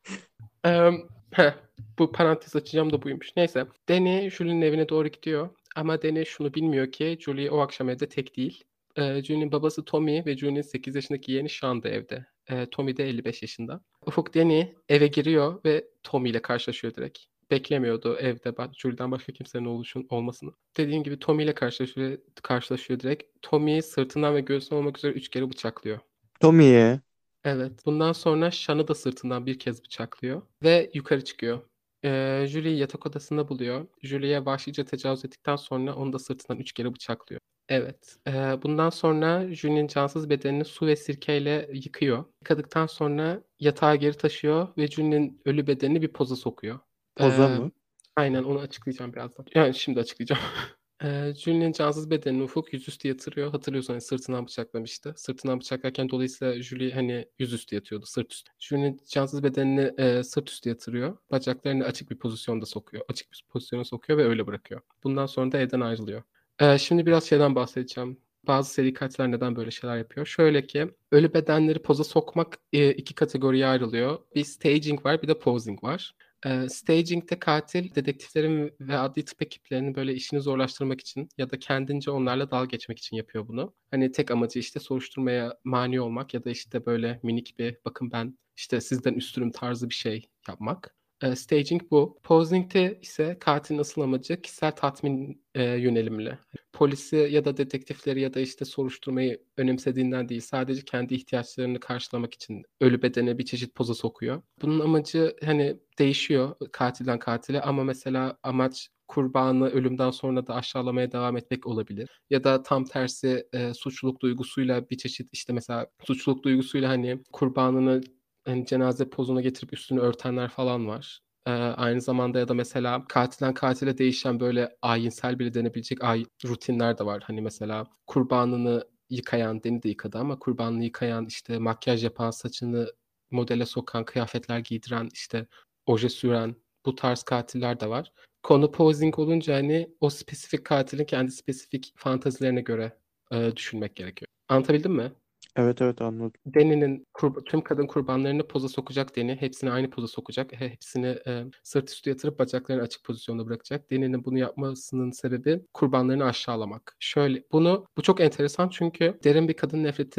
Emm, heh, bu parantez açacağım da buymuş. Neyse, Danny Julie'nin evine doğru gidiyor ama Danny şunu bilmiyor ki Julie o akşam evde tek değil. Eee, Julie'nin babası Tommy ve Julie'nin sekiz yaşındaki yeğeni Sean da evde. Eee, Tommy de elli beş yaşında. Ufuk, Danny eve giriyor ve Tommy ile karşılaşıyor direkt. Beklemiyordu evde ba Julie'den başka kimsenin oluşun olmasını. Dediğim gibi Tommy ile karşılaşıyor karşılaşıyor direkt. Tommy'yi sırtından ve göğsünden olmak üzere üç kere bıçaklıyor. Tommy'ye. Evet. Bundan sonra Sean'ı da sırtından bir kez bıçaklıyor ve yukarı çıkıyor. Eee, Julie'yi yatak odasında buluyor. Julie'ye vahşice tecavüz ettikten sonra onu da sırtından üç kere bıçaklıyor. Evet. Eee, bundan sonra Julie'nin cansız bedenini su ve sirkeyle yıkıyor. Yıkadıktan sonra yatağa geri taşıyor ve Julie'nin ölü bedenini bir poza sokuyor. Poza Emm, mı? aynen onu açıklayacağım birazdan. Yani şimdi açıklayacağım. Eee, Julie'nin cansız bedenini Ufuk yüzüstü yatırıyor. Hatırlıyorsun, hani, sırtından bıçaklamıştı. Sırtından bıçaklarken dolayısıyla Julie, hani, yüzüstü yatıyordu, sırt üstü. Julie'nin cansız bedenini, eee, sırt üstü yatırıyor. Bacaklarını açık bir pozisyonda sokuyor. Açık bir pozisyona sokuyor ve öyle bırakıyor. Bundan sonra da evden ayrılıyor. Eee, şimdi biraz şeyden bahsedeceğim. Bazı seri katiller neden böyle şeyler yapıyor? Şöyle ki, ölü bedenleri poza sokmak, eee, iki kategoriye ayrılıyor. Bir staging var, bir de posing var. Eee, staging'de katil dedektiflerin ve adli tıp ekiplerinin böyle işini zorlaştırmak için ya da kendince onlarla dalga geçmek için yapıyor bunu. Hani tek amacı, işte, soruşturmaya mani olmak ya da, işte, böyle minik bir "Bakın ben, işte, sizden üstünüm." tarzı bir şey yapmak. Eee, staging bu. Posing'de ise katilin asıl amacı kişisel tatmin, eee, yönelimli. Polisi ya da dedektifleri ya da, işte, soruşturmayı önemsediğinden değil, sadece kendi ihtiyaçlarını karşılamak için ölü bedene bir çeşit poza sokuyor. Bunun amacı, hani, değişiyor katilden katile ama mesela amaç kurbanı ölümden sonra da aşağılamaya devam etmek olabilir ya da tam tersi, eee, suçluluk duygusuyla bir çeşit, işte, mesela suçluluk duygusuyla, hani, kurbanını, hani, cenaze pozuna getirip üstünü örtenler falan var. Eee, aynı zamanda ya da mesela katilden katile değişen, böyle, ayinsel bile denebilecek ay rutinler de var. Hani, mesela kurbanını yıkayan, Danny de yıkadı ama kurbanını yıkayan, işte, makyaj yapan, saçını modele sokan, kıyafetler giydiren, işte, oje süren, bu tarz katiller de var. Konu posing olunca, hani, o spesifik katilin kendi spesifik fantezilerine göre, eee, düşünmek gerekiyor. Anlatabildim mi? Evet, evet, anladım. Danny'nin kurb tüm kadın kurbanlarını poza sokacak Danny. Hepsini aynı poza sokacak. He hepsini, eee, sırt üstü yatırıp bacaklarını açık pozisyonda bırakacak. Danny'nin bunu yapmasının sebebi kurbanlarını aşağılamak. Şöyle, bunu bu çok enteresan çünkü derin bir kadın nefreti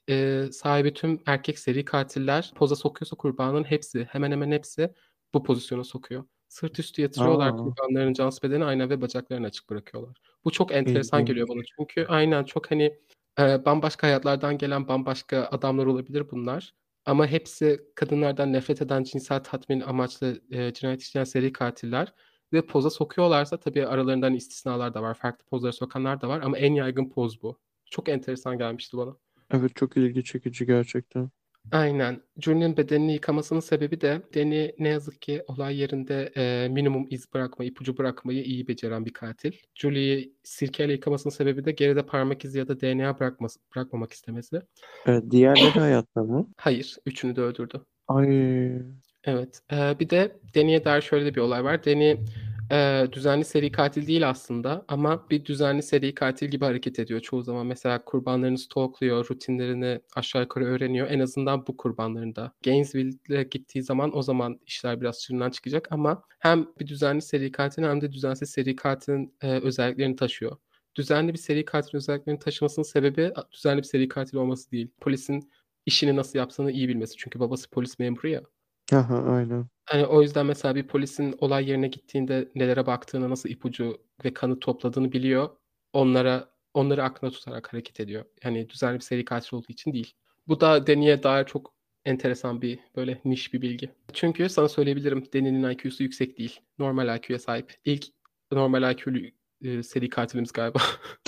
eee, sahibi tüm erkek seri katiller poza sokuyorsa kurbanın hepsi, hemen hemen hepsi bu pozisyona sokuyor. Sırt üstü yatırıyorlar Aa, kurbanların cansız bedenini aynen ve bacaklarını açık bırakıyorlar. Bu çok enteresan geliyor bana ilginç. çünkü aynen çok, hani, eee, bambaşka hayatlardan gelen bambaşka adamlar olabilir bunlar ama hepsi kadınlardan nefret eden, cinsel tatmin amaçlı, eee, cinayet işleyen seri katiller ve poza sokuyorlarsa tabii aralarından istisnalar da var. Farklı pozlara sokanlar da var ama en yaygın poz bu. Çok enteresan gelmişti bana. Evet, çok ilgi çekici gerçekten. Aynen. Julie'nin bedenini yıkamasının sebebi de Danny ne yazık ki olay yerinde, eee, minimum iz bırakmayı, ipucu bırakmayı iyi beceren bir katil. Julie'yi sirkeyle yıkamasının sebebi de geride parmak izi ya da D N A bırakması bırakmamak istemesi. Evet, diğerleri hayatta mı? Hayır, üçünü de öldürdü. Ay. Evet. Eee, bir de Danny'e dair şöyle de bir olay var. Danny, eee, düzenli seri katil değil aslında ama bir düzenli seri katil gibi hareket ediyor çoğu zaman. Mesela kurbanlarını stalkluyor, rutinlerini aşağı yukarı öğreniyor. En azından bu kurbanlarında. Gainesville'e gittiği zaman o zaman işler biraz çığırından çıkacak ama hem bir düzenli seri katilin hem de düzensiz seri katilin, eee, özelliklerini taşıyor. Düzenli bir seri katilin özelliklerini taşımasının sebebi a düzenli bir seri katil olması değil. Polisin işini nasıl yaptığını iyi bilmesi. Çünkü babası polis memuru ya. Aha, aynen. Hani, o yüzden mesela bir polisin olay yerine gittiğinde nelere baktığını, nasıl ipucu ve kanıt topladığını biliyor. Onlara onları aklında tutarak hareket ediyor. Yani düzenli bir seri katil olduğu için değil. Bu da Danny'e dair çok enteresan bir, böyle, niş bir bilgi. Çünkü sana söyleyebilirim, Danny'nin I Q'su yüksek değil. Normal I Q'ya sahip. İlk normal I Q'lu, eee, seri katilimiz galiba.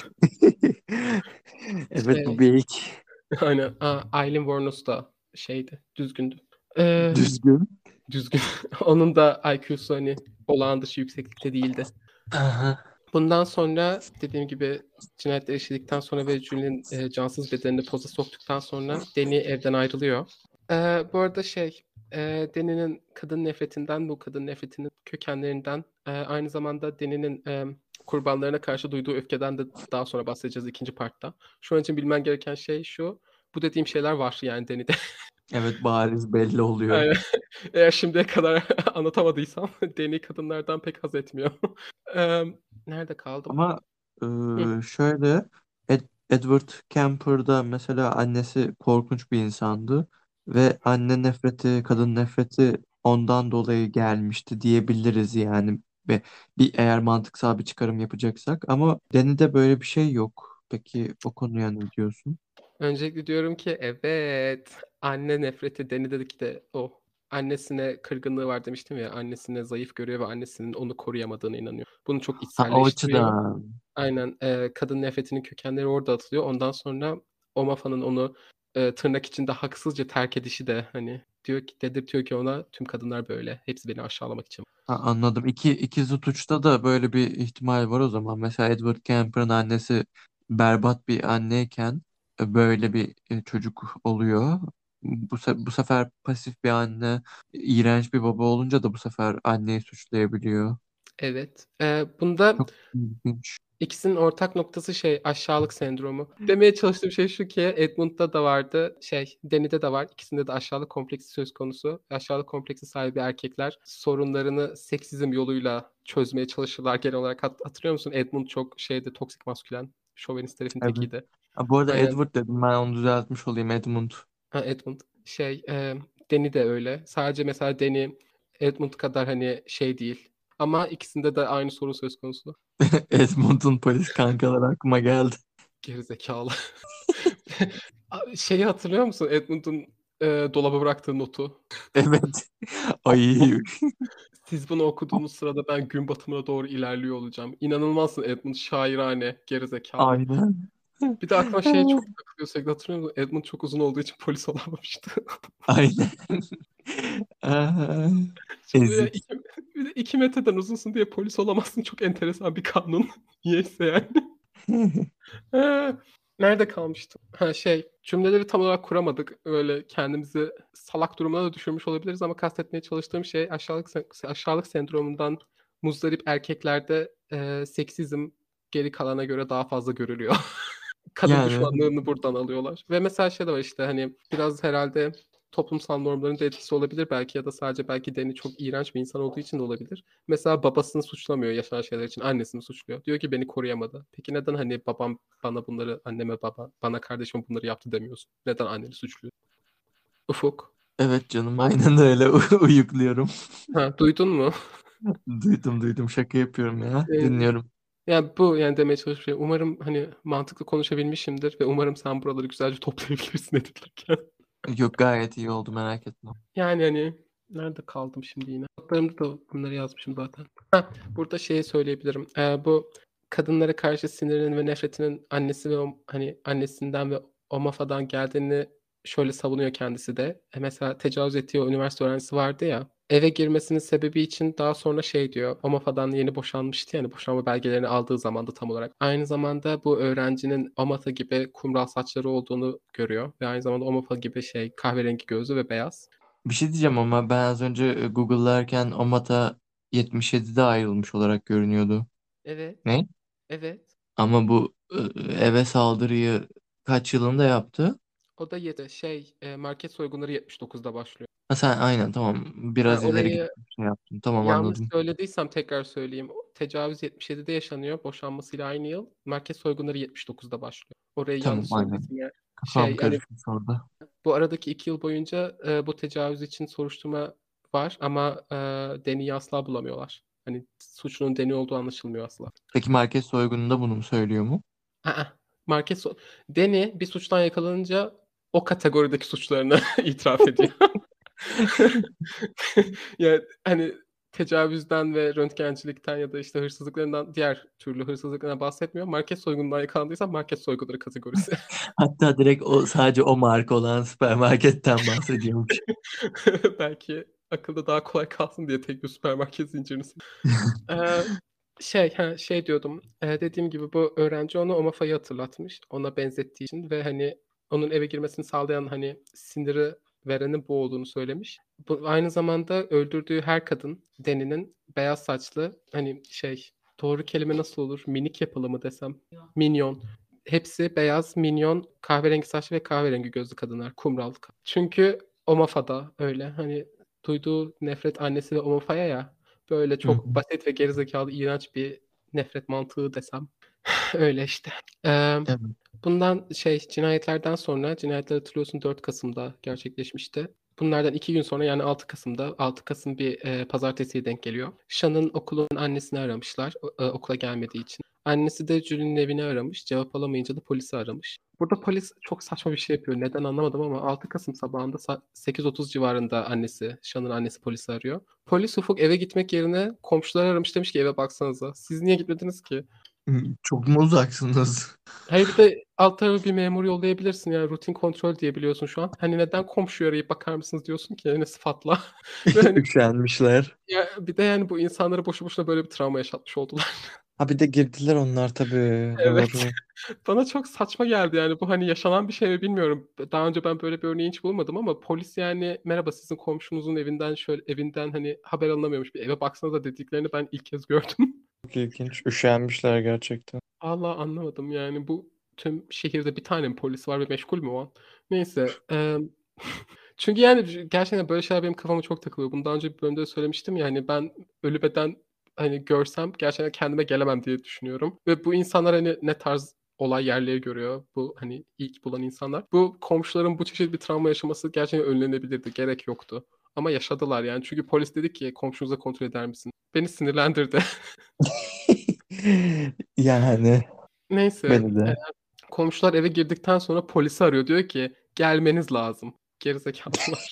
Evet, bu Şey, bir ilk. aynen. A Aileen Wuornos da şeydi, düzgündü. Eee Düzgün. Düzgün. Onun da I Q'su, hani, olağan dışı yükseklikte değildi. Aha. Bundan sonra dediğim gibi cinayetler işledikten sonra ve Julie'nin, eee, cansız bedenini poza soktuktan sonra Danny evden ayrılıyor. Eee, bu arada şey, eee, Danny'nin kadın nefretinden, bu kadın nefretinin kökenlerinden, eee, aynı zamanda Danny'nin, emm, kurbanlarına karşı duyduğu öfkeden de daha sonra bahsedeceğiz ikinci partta. Şu an için bilmen gereken şey şu: Bu dediğim şeyler var yani Danny'de. Evet, bariz belli oluyor. Aynen. Eğer şimdiye kadar anlatamadıysam deni kadınlardan pek haz etmiyor. Emm, nerede kaldım? Ama Hıh. eee, şöyle, Ed- Edward Kemper'da mesela annesi korkunç bir insandı ve anne nefreti, kadın nefreti ondan dolayı gelmişti diyebiliriz yani. Ve bir eğer mantıksal bir çıkarım yapacaksak, ama Deni'de böyle bir şey yok. Peki o konuya ne diyorsun? Öncelikle diyorum ki evet, anne nefreti Deni'deki de o. Annesine kırgınlığı var demiştim ya, annesini zayıf görüyor ve annesinin onu koruyamadığına inanıyor. Bunu çok Ha, o içselleştiriyor. açıdan. Aynen, eee, kadın nefretinin kökenleri orada atılıyor. Ondan sonra Omafa'nın onu, eee, tırnak içinde haksızca terk edişi de, hani, diyor ki dedirtiyor ki ona tüm kadınlar böyle. Hepsi beni aşağılamak için. Ha, anladım. İki, iki zıt uçta da böyle bir ihtimal var o zaman. Mesela Edward Kemper'ın annesi berbat bir anneyken e, böyle bir e, çocuk oluyor. Bu, se- bu sefer pasif bir anne, iğrenç bir baba olunca da bu sefer anneyi suçlayabiliyor. Evet. Eee, bunda Çok ilginç. ikisinin ortak noktası şey, aşağılık sendromu. Demeye çalıştığım şey şu ki Edmund'da da vardı, şey, Danny'de de var. İkisinde de aşağılık kompleksi söz konusu. Aşağılık kompleksi sahibi erkekler sorunlarını seksizm yoluyla çözmeye çalışırlar genel olarak. Hat hatırlıyor musun? Edmund çok şeydi, toksik maskülen, şovenist herifin Evet. tekiydi. Ha, bu arada Aynen. Edward dedim, ben onu düzeltmiş olayım, Edmund. Ha, Edmund. Şey, emm, Danny de öyle. Sadece mesela Danny Edmund kadar, hani, şey değil ama ikisinde de aynı sorun söz konusu. Edmund'un polis kankaları aklıma geldi. Geri zekalı. A şeyi hatırlıyor musun? Edmund'un, eee, dolaba bıraktığı notu. Evet. Ay. "Siz bunu okuduğunuz sırada ben gün batımına doğru ilerliyor olacağım." İnanılmazsın Edmund, şairane, geri zekalı. Aynen. Bir de aklıma şey çok takılıyor sürekli, hatırlıyor musun? Edmund çok uzun olduğu için polis olamamıştı. Aynen. Aa, Şimdi ya ezik. iki bir de iki metreden uzunsun diye polis olamazsın. Çok enteresan bir kanun. Niyeyse yani. Eee, nerede kalmıştım? Ha, şey, cümleleri tam olarak kuramadık. Öyle kendimizi salak durumuna da düşürmüş olabiliriz ama kastetmeye çalıştığım şey aşağılık sen aşağılık sendromundan muzdarip erkeklerde, eee, seksizm geri kalana göre daha fazla görülüyor. Kadın Yani düşmanlığını buradan alıyorlar ve mesela şey de var, işte, hani, biraz herhâlde toplumsal normların da etkisi olabilir belki ya da sadece belki Danny çok iğrenç bir insan olduğu için de olabilir. Mesela babasını suçlamıyor yaşanan şeyler için. Annesini suçluyor. Diyor ki beni koruyamadı. Peki neden hani babam bana bunları, anneme baba, bana kardeşime bunları yaptı demiyorsun? Neden anneni suçluyorsun? Ufuk. Evet canım, aynen öyle. Uyukluyorum. Ha, duydun mu? Duydum duydum, şaka yapıyorum ya. Ee, Dinliyorum. yani bu yani demeye çalışıyor. Umarım hani mantıklı konuşabilmişimdir ve umarım sen buraları güzelce toplayabilirsin editlerken. Yok, gayet iyi oldu, merak etme. Yani hani nerede kaldım şimdi yine? Notlarımda da bunları yazmışım zaten. Ha, burada şeyi söyleyebilirim. Ee, bu kadınlara karşı sinirinin ve nefretinin annesi ve o, hani annesinden ve o mafadan geldiğini şöyle savunuyor kendisi de. E, mesela tecavüz ettiği o üniversite öğrencisi vardı ya. Eve girmesinin sebebi için daha sonra şey diyor. O mafadan yeni boşanmıştı yani boşanma belgelerini aldığı zamanda tam olarak. Aynı zamanda bu öğrencinin Omata gibi kumral saçları olduğunu görüyor. Ve aynı zamanda Omata gibi şey kahverengi gözlü ve beyaz. Bir şey diyeceğim ama ben az önce e, Google'larken Omata yetmiş yedide ayrılmış olarak görünüyordu. Evet. Ne? Evet. Ama bu e, eve saldırıyı kaç yılında yaptı? O da yedi. Şey, e, market soygunları yetmiş dokuzda başlıyor. Ha, sen aynen, tamam, Ha, biraz ileri orayı gidip şey yaptım. Tamam, yanlış anladım. söylediysem tekrar söyleyeyim. O tecavüz yetmiş yedide yaşanıyor. Boşanmasıyla aynı yıl. Market soygunları yetmiş dokuzda başlıyor. Orayı yanlış Tamam, aynen. söylediysem eğer. Kafam Şey yani karışmış orada. bu aradaki iki yıl boyunca e, bu tecavüz için soruşturma var ama e, Deni'yi asla bulamıyorlar. Hani suçlunun Deni olduğu anlaşılmıyor asla. Peki market soygununda bunu mu söylüyor mu? Aa, market so Deni bir suçtan yakalanınca o kategorideki suçlarını itiraf ediyor. Yani hani tecavüzden ve röntgencilikten ya da işte hırsızlıklarından diğer türlü hırsızlıklarından bahsetmiyor. Market soygunundan yakalandıysa market soygunları kategorisi. Hatta direkt o, sadece o marka olan süpermarketten bahsediyormuş. Belki akılda daha kolay kalsın diye tek bir süpermarket zincirini. Ee, şey ha, şey diyordum. Ee, dediğim gibi bu öğrenci onu Omafa'yı hatırlatmış. Ona benzettiği için ve hani onun eve girmesini sağlayan hani siniri verenin bu olduğunu söylemiş. Bu aynı zamanda öldürdüğü her kadın Deni'nin beyaz saçlı hani şey doğru kelime nasıl olur? Minik yapılı mı desem? Minyon. Hepsi beyaz, minyon, kahverengi saçlı ve kahverengi gözlü kadınlar. Kumral. Çünkü Omafa'da öyle. Hani duyduğu nefret annesi ve Omafa'ya ya. Böyle Hı hı. çok basit ve gerizekalı, iğrenç bir nefret mantığı desem. Öyle işte. Ee, Evet. bundan şey cinayetlerden sonra cinayetler hatırlıyorsun dört Kasım'da gerçekleşmişti. Bunlardan iki gün sonra yani altı Kasım'da altı Kasım bir e, pazartesiye denk geliyor. Sean'ın okulun annesini aramışlar o- e, okula gelmediği için. Annesi de Julie'nin evini aramış. Cevap alamayınca da polisi aramış. Burada polis çok saçma bir şey yapıyor. Neden anlamadım ama altı Kasım sabahında sa- sekiz otuz civarında annesi, Sean'ın annesi polisi arıyor. Polis Ufuk eve gitmek yerine komşuları aramış demiş ki eve baksanıza. Siz niye gitmediniz ki? Hı, çok mu uzaksınız? Hayır bir de alt tarafı bir memur yollayabilirsin yani rutin kontrol diyebiliyorsun şu an. Hani neden komşuyu arayıp bakar mısınız diyorsun ki yani sıfatla. Ve hani Üşenmişler. ya bir de yani bu insanlara boşu boşuna böyle bir travma yaşatmış oldular. Ha, bir de girdiler onlar tabii. Evet. Doğru. Bana çok saçma geldi yani bu hani yaşanan bir şey mi bilmiyorum. Daha önce ben böyle bir örneği hiç bulmadım ama polis yani merhaba sizin komşunuzun evinden şöyle evinden hani haber alınamıyormuş bir eve baksanıza dediklerini ben ilk kez gördüm. Çok ilginç. Üşenmişler gerçekten. Allah anlamadım yani bu tüm şehirde bir tane mi polis var ve meşgul mü o an? Neyse. emm, çünkü yani gerçekten böyle şeyler benim kafama çok takılıyor. Bunu daha önce bir bölümde de söylemiştim ya, hani ben ölü beden, hani, görsem gerçekten kendime gelemem diye düşünüyorum ve bu insanlar, hani, ne tarz olay yerleri görüyor bu, hani, ilk bulan insanlar. Bu komşuların bu çeşit bir travma yaşaması gerçekten önlenebilirdi, gerek yoktu ama yaşadılar yani. Çünkü polis dedi ki, "Komşunuza kontrol eder misin?" Beni sinirlendirdi. Yani Neyse, beni de. komşular eve girdikten sonra polisi arıyor. Diyor ki gelmeniz lazım. Gerizekalılar.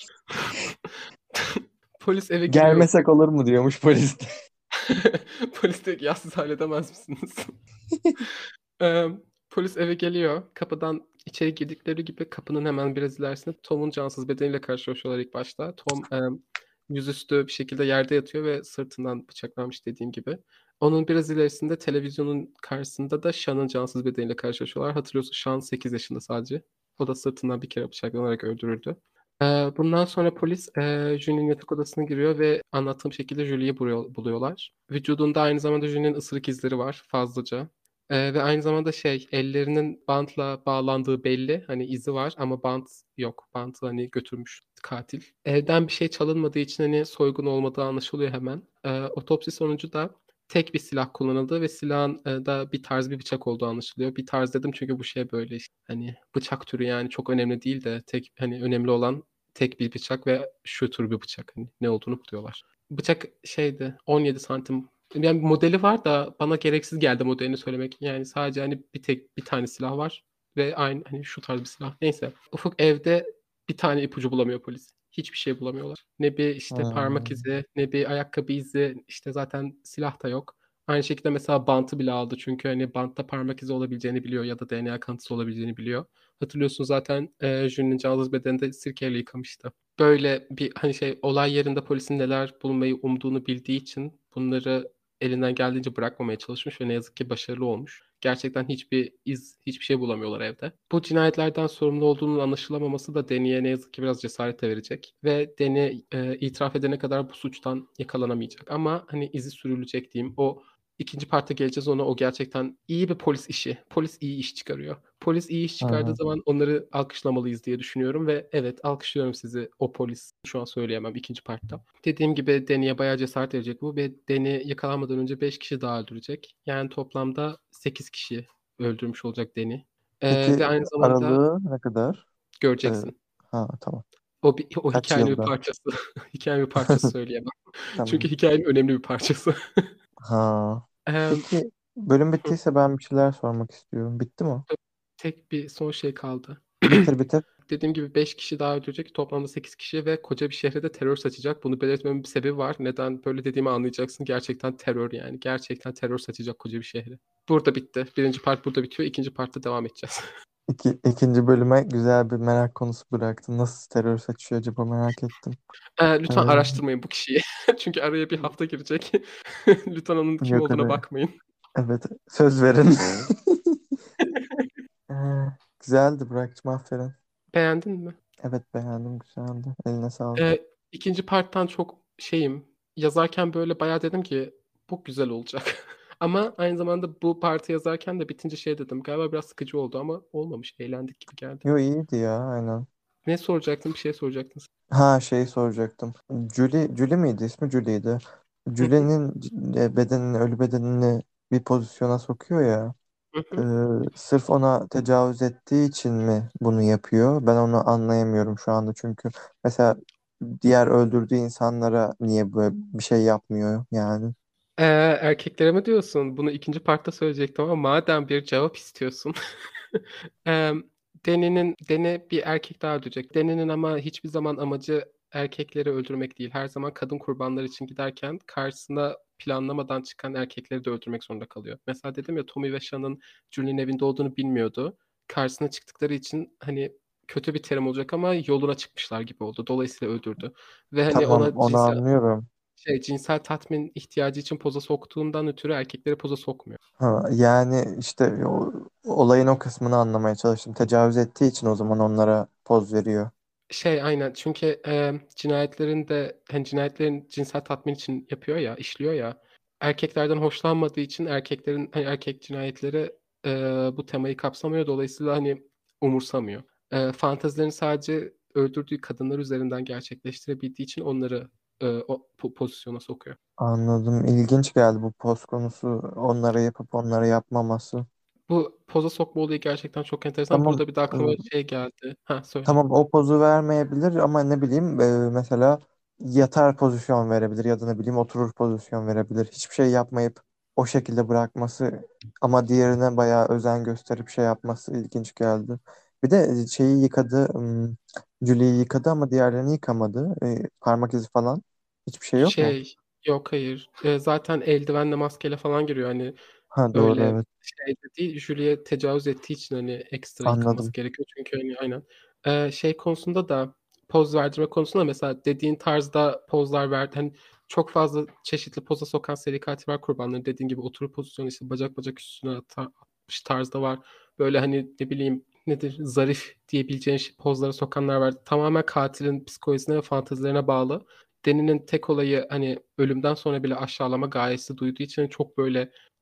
Polis eve giriyor. Gelmesek olur mu diyormuş polis de. Polis diyor ki ya siz halledemez misiniz? Emm, polis eve geliyor. Kapıdan içeri girdikleri gibi kapının hemen biraz ilerisinde Tom'un cansız bedeniyle karşılaşıyorlar ilk başta. Tom, emm, yüzüstü bir şekilde yerde yatıyor ve sırtından bıçaklanmış dediğim gibi. Onun biraz ilerisinde televizyonun karşısında da Sean'ın cansız bedeniyle karşılaşıyorlar. Hatırlıyorsun Sean sekiz yaşında sadece. O da sırtından bir kere bıçaklanarak öldürüldü. Eee, bundan sonra polis, eee, Julie'nin yatak odasına giriyor ve anlattığım şekilde Julie'yi buluyor buluyorlar. Vücudunda aynı zamanda Julie'nin ısırık izleri var fazlaca. Eee, ve aynı zamanda şey, ellerinin bantla bağlandığı belli. Hani izi var ama bant yok. Bantı, hani, götürmüş katil. Evden bir şey çalınmadığı için, hani, soygun olmadığı anlaşılıyor hemen. Eee, otopsi sonucu da tek bir silah kullanıldığı ve silahın, eee, da bir tarz bir bıçak olduğu anlaşılıyor. Bir tarz dedim çünkü bu şey, böyle, işte, hani, bıçak türü, yani, çok önemli değil de tek, hani, önemli olan tek bir bıçak ve şu tür bir bıçak. Hani, ne olduğunu buluyorlar. Bıçak şeydi, on yedi santim. Yani modeli var da bana gereksiz geldi modelini söylemek. Yani sadece, hani, bir tek bir tane silah var ve aynı, hani, şu tarz bir silah. Neyse. Ufuk evde bir tane ipucu bulamıyor polis. Hiçbir şey bulamıyorlar. Ne bir, işte, parmak Hmm. izi, ne bir ayakkabı izi, işte, zaten silah da yok. Aynı şekilde mesela bantı bile aldı çünkü, hani, bantta parmak izi olabileceğini biliyor ya da D N A kanıtısı olabileceğini biliyor. Hatırlıyorsun zaten, eee, Julie'nin cansız bedenini de sirkeyle yıkamıştı. Böyle bir, hani, şey, olay yerinde polisin neler bulmayı umduğunu bildiği için bunları elinden geldiğince bırakmamaya çalışmış ve ne yazık ki başarılı olmuş. Gerçekten hiçbir iz, hiçbir şey bulamıyorlar evde. Bu cinayetlerden sorumlu olduğunun anlaşılamaması da Danny'e ne yazık ki biraz cesaret de verecek ve Danny, eee, itiraf edene kadar bu suçtan yakalanamayacak ama, hani, izi sürülecek diyeyim. O ikinci partta geleceğiz ona. O gerçekten iyi bir polis işi. Polis iyi iş çıkarıyor. Polis iyi iş Hı çıkardığı hı. zaman onları alkışlamalıyız diye düşünüyorum ve evet, alkışlıyorum sizi o polis. Şu an söyleyemem ikinci partta. Dediğim gibi Danny'e bayağı cesaret verecek bu ve Danny yakalanmadan önce beş kişi daha öldürecek. Yani toplamda sekiz kişi öldürmüş olacak Danny. Eee, Peki ve aynı zamanda aralığı ne kadar? Ee, göreceksin. ha tamam. O bir o Kaç hikâyenin bir yılda? parçası. Hikâyenin bir parçası söyleyemem. Çünkü Tamam. hikâyenin önemli bir parçası. Ha. Emm Peki bölüm Hı. bittiyse ben bir şeyler sormak istiyorum. Bitti mi? Tek bir son şey kaldı. Bitir bitir. Dediğim gibi beş kişi daha öldürecek. Toplamda sekiz kişi ve koca bir şehre de terör saçacak. Bunu belirtmemin bir sebebi var. Neden böyle dediğimi anlayacaksın. Gerçekten terör yani. Gerçekten terör saçacak koca bir şehre. Burada bitti. Birinci part burada bitiyor. ikinci partta devam edeceğiz. İki, ikinci bölüme güzel bir merak konusu bıraktın. Nasıl terör saçıyor acaba merak ettim. Eee, Ee, lütfen araştırmayın bu kişiyi. Çünkü araya bir hafta girecek. Lütfen onun kim yok olduğuna hadi. bakmayın. Evet. Söz verin. Ee, güzeldi Burak'cığım aferin. Beğendin mi? Evet beğendim güzeldi. Eline sağlık. Eee, ikinci part'tan çok şeyim, yazarken böyle bayağı dedim ki bu güzel olacak. Ama aynı zamanda bu part'ı yazarken de bitince şey dedim, galiba biraz sıkıcı oldu ama olmamış, eğlendik gibi geldi. Yo iyiydi ya aynen. Ne soracaktın? Bir şey soracaktın sen. Ha şeyi soracaktım. Julie, Julie miydi? İsmi Julie'ydi. Hı hı. Julie'nin e, bedenini, ölü bedenini bir pozisyona sokuyor ya. Hı e, hı. sırf ona tecavüz ettiği için mi bunu yapıyor? Ben onu anlayamıyorum şu anda çünkü mesela diğer öldürdüğü insanlara niye böyle bir şey yapmıyor yani? Eee, erkeklere mi diyorsun? Bunu ikinci partta söyleyecektim ama madem bir cevap istiyorsun. Emm, Dany'nin Dany bir erkek daha öldürecek. Dany'nin ama hiçbir zaman amacı erkekleri öldürmek değil. Her zaman kadın kurbanlar için giderken karşısına planlamadan çıkan erkekleri de öldürmek zorunda kalıyor. Mesela dedim ya Tommy ve Sean'ın Julie'nin evinde olduğunu bilmiyordu. Karşısına çıktıkları için, hani, kötü bir terim olacak ama yoluna çıkmışlar gibi oldu. Dolayısıyla öldürdü ve, hani, Tamam ona onu cinsel anlıyorum. şey, cinsel tatmin ihtiyacı için poza soktuğundan ötürü erkekleri poza sokmuyor. Ha, yani işte o, olayın o kısmını anlamaya çalıştım. Tecavüz ettiği için o zaman onlara poz veriyor. Şey, aynen çünkü, emm, cinayetlerin de, hani, cinayetlerin cinsel tatmin için yapıyor ya, işliyor ya, erkeklerden hoşlanmadığı için erkeklerin, hani, erkek cinayetleri, eee, bu temayı kapsamıyor. Dolayısıyla, hani, umursamıyor. Eee, fantezilerini sadece öldürdüğü kadınlar üzerinden gerçekleştirebildiği için onları, eee, o po pozisyona sokuyor. Anladım. İlginç geldi bu poz konusu. Onlara yapıp onlara yapmaması. Bu poza sokma olayı gerçekten çok enteresan. Tamam. Burada bir de e, aklıma şey geldi. Ha, söyle. Tamam o pozu vermeyebilir ama ne bileyim e, mesela yatar pozisyon verebilir ya da ne bileyim oturur pozisyon verebilir. Hiçbir şey yapmayıp o şekilde bırakması ama diğerine bayağı özen gösterip şey yapması ilginç geldi. Bir de şeyi yıkadı, ım, Julie'yi yıkadı ama diğerlerini yıkamadı. E, parmak izi falan. Hiçbir şey yok mu? Şey, yok hayır. Eee, zaten eldivenle, maskeyle falan giriyor. Hani, Ha doğru öyle evet şey de değil, Julie'ye tecavüz ettiği için, hani, ekstra yıkaması anladım. gerekiyor. Çünkü, hani, aynen. Eee, şey konusunda da poz verdirme konusunda mesela dediğin tarzda pozlar verdi. Hani, çok fazla çeşitli poza sokan seri katil var kurbanların. Dediğin gibi oturup pozisyonu, işte, bacak bacak üstüne ata atmış tarzda var. Böyle, hani, ne bileyim, nedir, zarif diyebileceğin ş pozlara sokanlar var. Tamamen katilin psikolojisine ve fantezilerine bağlı. Dani'nin tek olayı, hani, ölümden sonra bile aşağılama gayesi duyduğu için çok böyle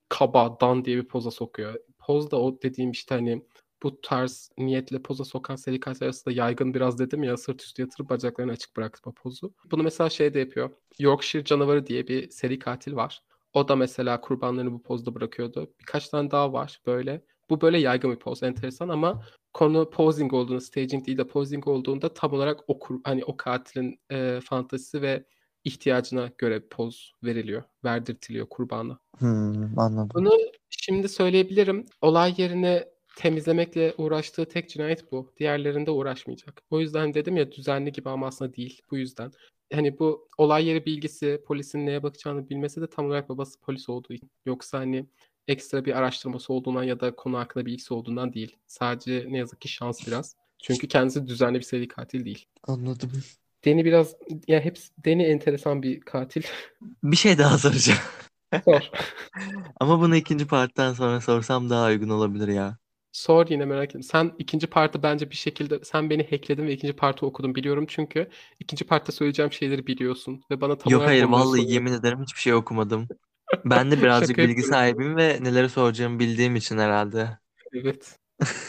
kaba, dan diye bir poza sokuyor. Poz da o dediğim işte hani bu tarz niyetle poza sokan seri katil arasında yaygın biraz dedim ya, sırt üstü yatırıp bacaklarını açık bırakma pozu. Bunu mesela şey de yapıyor. Yorkshire canavarı diye bir seri katil var. O da mesela kurbanlarını bu pozda bırakıyordu. Birkaç tane daha var böyle. Bu böyle yaygın bir poz, enteresan ama konu posing olduğunda, staging değil de posing olduğunda tam olarak o kur, hani o katilin e, fantezisi ve ihtiyacına göre poz veriliyor, verdirtiliyor kurbana. Hmm, anladım. Bunu şimdi söyleyebilirim. Olay yerini temizlemekle uğraştığı tek cinayet bu. Diğerlerinde uğraşmayacak. O yüzden dedim ya, düzenli gibi ama aslında değil. Bu yüzden. Hani bu olay yeri bilgisi, polisin neye bakacağını bilmesi de tam olarak babası polis olduğu için. Yoksa hani ekstra bir araştırması olduğundan ya da konu hakkında bilgisi olduğundan değil. Sadece ne yazık ki şans biraz. Çünkü kendisi düzenli bir seri katil değil. Anladım. Deni biraz, ya hepsi Deni enteresan bir katil. Bir şey daha soracağım. Sor. Ama bunu ikinci parttan sonra sorsam daha uygun olabilir ya. Sor, yine merak ettim. Sen ikinci partı bence bir şekilde sen beni hackledin ve ikinci partı okudun biliyorum çünkü ikinci partta söyleyeceğim şeyleri biliyorsun ve bana tam Yok olarak hayır, onları vallahi soruyorsun. yemin ederim hiçbir şey okumadım. Ben de birazcık Şaka bilgi yapıyorum. sahibiyim ve neleri soracağımı bildiğim için herhalde. Evet.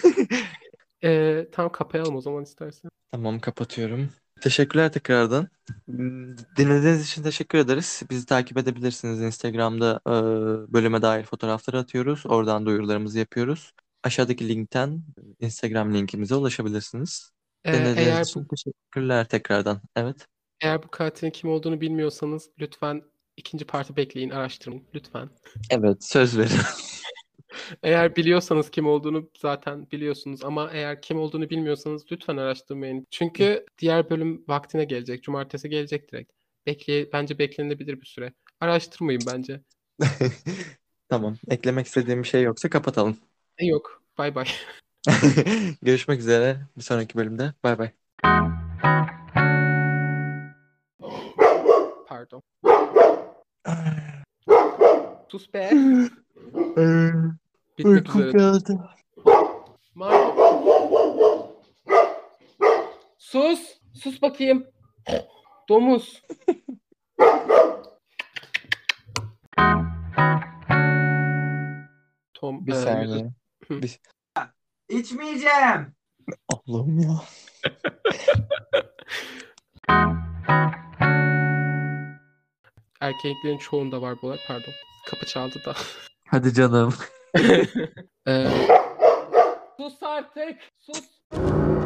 Ee, tamam, kapayalım o zaman istersen. Tamam, kapatıyorum. Teşekkürler tekrardan. Hmm, Dinlediğiniz için teşekkür ederiz. Bizi takip edebilirsiniz. Instagram'da e, bölüme dair fotoğrafları atıyoruz. Oradan duyurularımızı yapıyoruz. Aşağıdaki linkten Instagram linkimize ulaşabilirsiniz. Ee, Dinlediğiniz eğer bu için teşekkürler tekrardan. Evet. eğer bu katilin kim olduğunu bilmiyorsanız lütfen ikinci partı bekleyin, araştırın lütfen. Evet, söz verin. Eğer biliyorsanız kim olduğunu zaten biliyorsunuz ama eğer kim olduğunu bilmiyorsanız lütfen araştırmayın. Çünkü diğer bölüm vaktine gelecek. Cumartesi gelecek direkt. Bekle, bence beklenebilir bir süre. Araştırmayın bence. Tamam. Eklemek istediğim bir şey yoksa kapatalım. E yok. Bay bay. Görüşmek üzere bir sonraki bölümde. Bay bay. Pardon. Sus be. Bitmek Uykum üzere. geldi. Marco. Sus. Sus bakayım. Domuz. Tom. Bir E, yüzü... saniye. Bir... İçmeyeceğim. Allah'ım ya. Erkeklerin çoğunda var bu olay. Pardon. Kapı çaldı da. Hadi canım. Ee, sus artık. Sus.